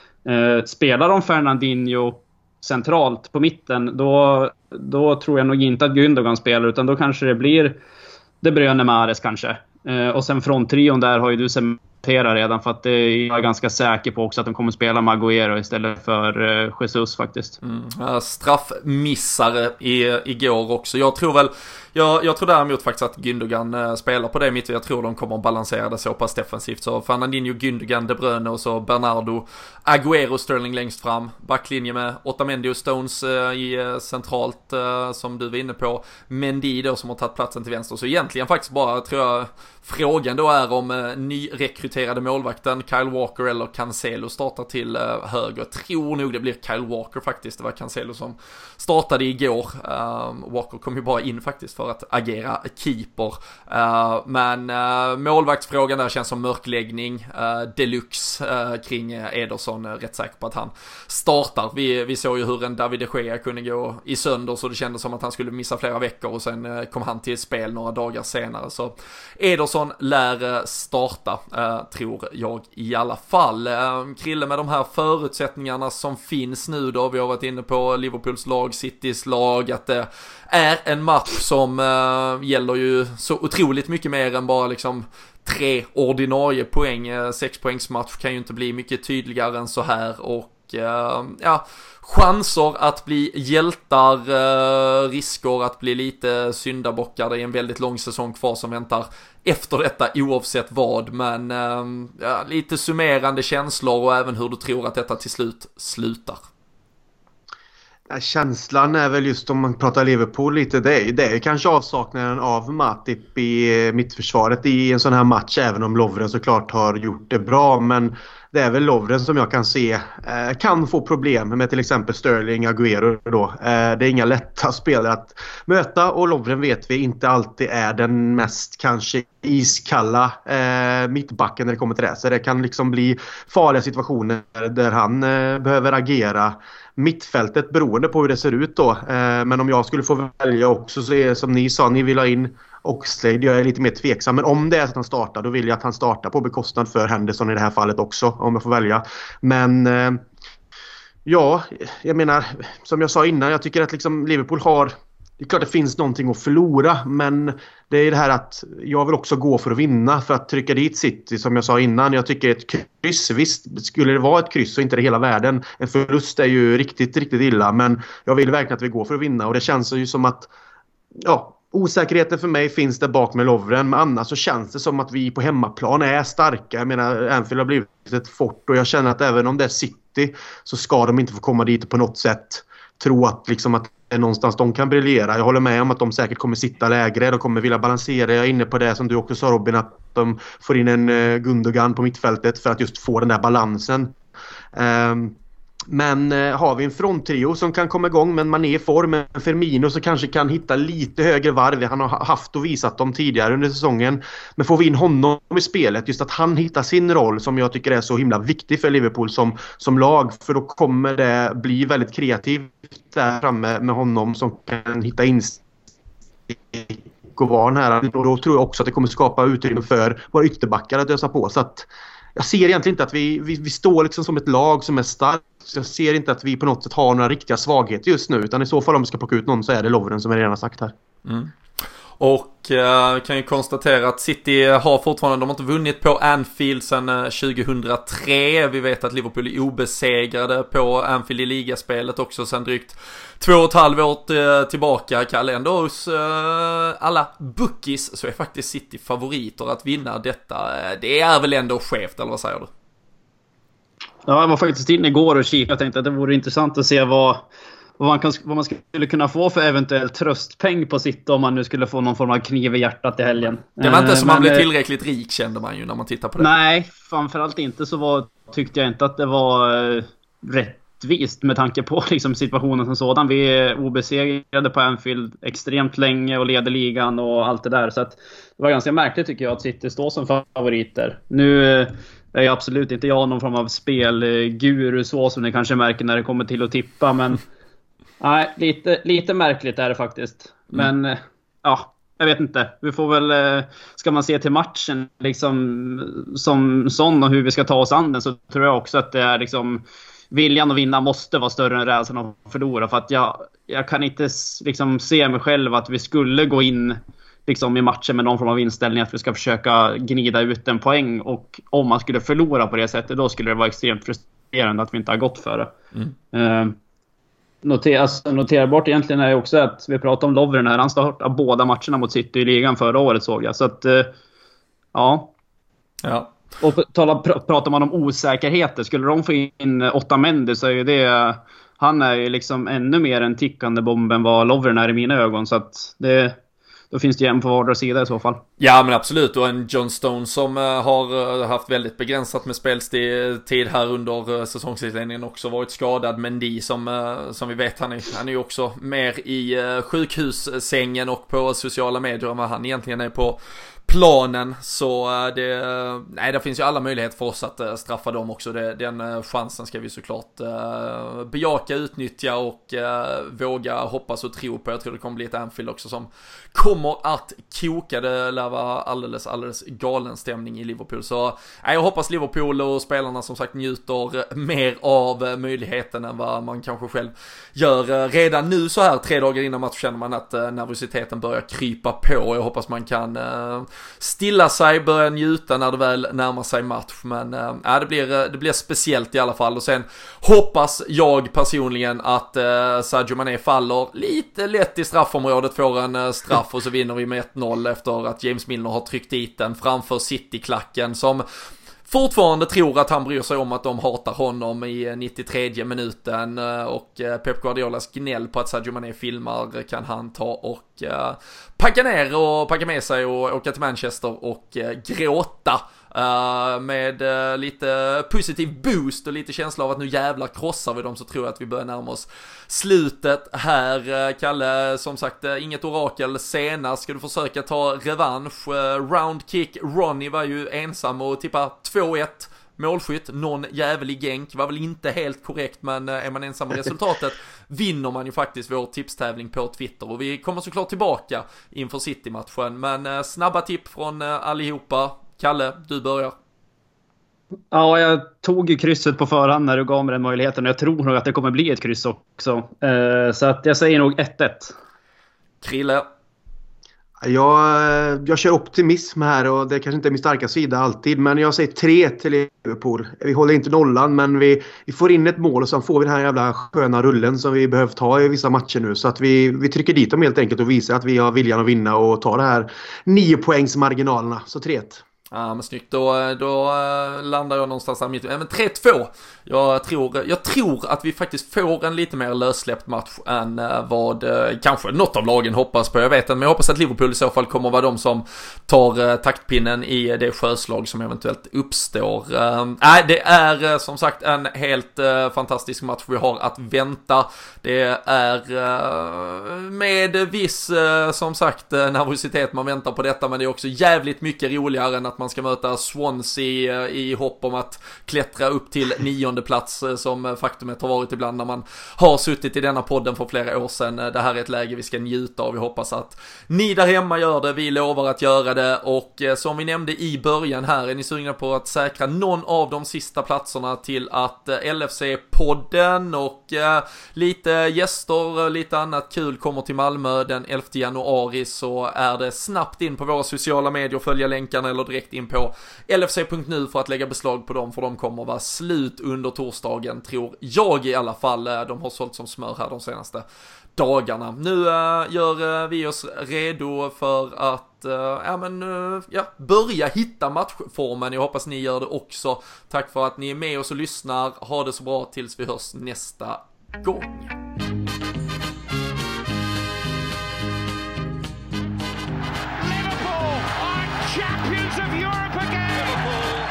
Spelar de Fernandinho centralt på mitten, då, då tror jag nog inte att Gündogan spelar, utan då kanske det blir De Bruyne, Mahrez kanske. Och sen från trion där har ju du cementerat redan, för att det är jag ganska säker på också att de kommer spela Maguire istället för Jesus faktiskt. Mm, ja, straffmissare i, igår också. Jag tror väl jag, jag tror däremot faktiskt att Gündogan spelar på det mitt. Jag tror de kommer att balansera det så pass defensivt. Så Fernandinho, Gündogan, De Bruyne och så Bernardo, Agüero, Sterling längst fram. Backlinje med Otamendi och Stones i centralt som du var inne på. Mendy då som har tagit platsen till vänster. Så egentligen faktiskt bara, tror jag, frågan då är om eh, nyrekryterade målvakten Kyle Walker eller Cancelo startar till eh, höger. Jag tror nog det blir Kyle Walker faktiskt. Det var Cancelo som startade igår. Uh, Walker kom ju bara in faktiskt för att agera keeper. Uh, men uh, målvaktsfrågan där känns som mörkläggning uh, deluxe uh, kring Ederson. Uh, rätt säker på att han startar. Vi, vi såg ju hur en David de Gea kunde gå i sönder, så det kändes som att han skulle missa flera veckor, och sen uh, kom han till spel några dagar senare. Så Ederson lär starta, eh, tror jag i alla fall. Eh, Krille, med de här förutsättningarna som finns nu då, vi har varit inne på Liverpools lag, Citys lag, att det är en match som eh, gäller ju så otroligt mycket mer än bara liksom tre ordinarie poäng. Eh, sex poängs match kan ju inte bli mycket tydligare än så här, och eh, ja, chanser att bli hjältar, eh, risker att bli lite syndabockar. Det är en väldigt lång säsong kvar som väntar efter detta oavsett vad, men eh, ja, lite summerande känslor och även hur du tror att detta till slut slutar. Ja, känslan är väl just, om man pratar Liverpool lite, det är, det är kanske avsaknaden av Matip i mittförsvaret i en sån här match, även om Lovren såklart har gjort det bra, men det det är väl Lovren som jag kan se eh, kan få problem med till exempel Sterling, Agüero då. Eh, det är inga lätta spelare att möta och Lovren vet vi inte alltid är den mest kanske iskalla eh, mittbacken när det kommer till det. Så det kan liksom bli farliga situationer där han eh, behöver agera. Mittfältet beroende på hur det ser ut då. Eh, men om jag skulle få välja också så är det som ni sa, ni vill ha in Oxlade. Jag är lite mer tveksam. Men om det är så att han startar, då vill jag att han startar på bekostnad för Henderson i det här fallet också. Om jag får välja. Men eh, ja, jag menar, som jag sa innan, jag tycker att liksom Liverpool har... Det är klart det finns någonting att förlora, men det är det här att jag vill också gå för att vinna för att trycka dit City, som jag sa innan. Jag tycker ett kryss, visst skulle det vara ett kryss så inte det hela världen. En förlust är ju riktigt, riktigt illa, men jag vill verkligen att vi går för att vinna och det känns ju som att ja, osäkerheten för mig finns där bak med Lovren, men annars så känns det som att vi på hemmaplan är starka. Jag menar, Anfield har blivit ett fort och jag känner att även om det är City så ska de inte få komma dit på något sätt tro att liksom att det är någonstans de kan briljera. Jag håller med om att de säkert kommer sitta lägre. De kommer vilja balansera. Jag är inne på det som du också sa Robin, att de får in en uh, Gundogan på mittfältet för att just få den där balansen. Um, men uh, har vi en fronttrio som kan komma igång med en Mané i form, en Firmino som kanske kan hitta lite högre varv. Han har haft och visat dem tidigare under säsongen. Men får vi in honom i spelet, just att han hittar sin roll som jag tycker är så himla viktig för Liverpool som, som lag. För då kommer det bli väldigt kreativt där framme med honom som kan hitta in och varn här. Och då tror jag också att det kommer skapa utrymme för våra ytterbackar att ösa på. Så att jag ser egentligen inte att vi, vi, vi står liksom som ett lag som är starkt. Jag ser inte att vi på något sätt har några riktiga svagheter just nu. Utan i så fall om vi ska plocka ut någon så är det Lovren som jag redan har sagt här. Mm. Och eh, kan ju konstatera att City har fortfarande, de har inte vunnit på Anfield sedan tjugohundratre. Vi vet att Liverpool är obesegrade på Anfield i ligaspelet också sedan drygt två och ett halvt år eh, tillbaka. Kalle, ändå hos eh, alla bookies så är faktiskt City favoriter att vinna detta. Det är väl ändå skevt, eller vad säger du? Ja, jag var faktiskt inne igår och kikade. Jag tänkte att det vore intressant att se vad Vad man, kan, vad man skulle kunna få för eventuell tröstpeng på sitt om man nu skulle få någon form av kniv i hjärtat i helgen. Det var inte som Men, man blev tillräckligt rik, kände man ju när man tittar på det. Nej, framförallt inte så var, tyckte jag inte att det var uh, rättvist med tanke på liksom, situationen som sådan. Vi är obesegrade på Anfield extremt länge och leder ligan och allt det där. Så att det var ganska märkligt tycker jag att City står som favoriter. Nu uh, är jag absolut inte jag någon form av spelguru så som ni kanske märker när det kommer till att tippa, men nej, lite, lite märkligt är det faktiskt. Men mm. ja, jag vet inte. Vi får väl, ska man se till matchen liksom som sån och hur vi ska ta oss an den, så tror jag också att det är liksom viljan att vinna måste vara större än rädslan att förlora. För att jag, jag kan inte liksom se mig själv att vi skulle gå in liksom i matchen med någon form av inställning att vi ska försöka gnida ut en poäng. Och om man skulle förlora på det sättet, då skulle det vara extremt frustrerande att vi inte har gått för det. Mm. Uh, Noter, alltså, noterbart egentligen är också att vi pratar om Lovren här. Han startade båda matcherna mot City i ligan förra året, såg jag. Så att, uh, ja. Ja. Och tala, pr- pratar man om osäkerheter, skulle de få in åtta Mendy så är ju det, han är ju liksom ännu mer en tickande bomb än vad Lovren är i mina ögon. Så att det, då finns det ju en på vardera sida i så fall. Ja, men absolut. Och en John Stone som uh, har uh, haft väldigt begränsat med speltid här under uh, säsongsinledningen, också varit skadad. Mendy som, uh, som vi vet, han är, han är ju också mer i uh, sjukhussängen och på sociala medier än vad han egentligen är på planen. Så det, nej, det finns ju alla möjligheter för oss att straffa dem också. Det, den chansen ska vi såklart uh, bejaka, utnyttja och uh, våga hoppas och tro på. Jag tror det kommer bli ett Anfield också som kommer att koka. Det lär vara alldeles, alldeles galen stämning i Liverpool. Så nej, jag hoppas Liverpool och spelarna som sagt njuter mer av möjligheten än vad man kanske själv gör. Redan nu så här tre dagar innan match känner man att uh, nervositeten börjar krypa på. Jag hoppas man kan uh, stilla sig, börja njuta när det väl närmar sig match. Men äh, det, blir, det blir speciellt i alla fall. Och sen hoppas jag personligen att äh, Sadio Mané faller lite lätt i straffområdet, får en äh, straff och så vinner vi med ett noll efter att James Milner har tryckt dit den framför City-klacken som fortfarande tror att han bryr sig om att de hatar honom i nittiotredje minuten, och Pep Guardiolas gnäll på att Sadio Mané filmar kan han ta och uh, packa ner och packa med sig och åka till Manchester och uh, gråta Uh, med uh, lite positiv boost och lite känsla av att nu jävlar krossar vi dem, så tror jag att vi börjar närma oss slutet här. uh, Kalle, som sagt, uh, inget orakel senast. Ska du försöka ta revansch? uh, Roundkick Ronny var ju ensam och tippa två ett målskytt, någon jävlig gänk, var väl inte helt korrekt, men är man ensam med resultatet vinner man ju faktiskt vår tipstävling på Twitter, och vi kommer såklart tillbaka inför City-matchen, men snabba tipp från allihopa. Kalle, du börjar. Ja, jag tog ju krysset på förhand när du gav mig den möjligheten, och jag tror nog att det kommer bli ett kryss också, så att jag säger nog ett ett. Krille? Jag, jag kör optimism här, och det kanske inte är min starka sida alltid, men jag säger tre till Liverpool. Vi håller inte nollan, men vi, vi får in ett mål och så får vi den här jävla sköna rullen som vi behöver ta i vissa matcher nu. Så att vi, vi trycker dit dem helt enkelt och visar att vi har viljan att vinna och ta det här nio poängs marginalerna. Så tre ett. Ja, men snyggt. Då, då landar jag någonstans här mitt. Men tre två. Jag tror, jag tror att vi faktiskt får en lite mer lössläppt match än vad kanske något av lagen hoppas på. Jag vet inte, men jag hoppas att Liverpool i så fall kommer vara de som tar taktpinnen i det sjöslag som eventuellt uppstår. Nej, det är som sagt en helt fantastisk match vi har att vänta. Det är med viss, som sagt, nervositet man väntar på detta, men det är också jävligt mycket roligare än att man ska möta Swansea i hopp om att klättra upp till nionde plats, som faktumet har varit ibland när man har suttit i denna podden för flera år sedan. Det här är ett läge vi ska njuta av. Vi hoppas att ni där hemma gör det. Vi lovar att göra det, och som vi nämnde i början här, är ni sugna på att säkra någon av de sista platserna till att L F C-podden och eh, lite gäster, lite annat kul kommer till Malmö den elfte januari, så är det snabbt in på våra sociala medier, följa länkarna eller direkt in på L F C punkt nu för att lägga beslag på dem, för de kommer vara slut under torsdagen, tror jag i alla fall. De har sålt som smör här de senaste dagarna. Nu uh, gör uh, vi oss redo för att uh, ja, men, uh, ja, börja hitta matchformen. Jag hoppas ni gör det också. Tack för att ni är med oss och lyssnar. Ha det så bra tills vi hörs nästa gång. Liverpool are champions of Europe again! Liverpool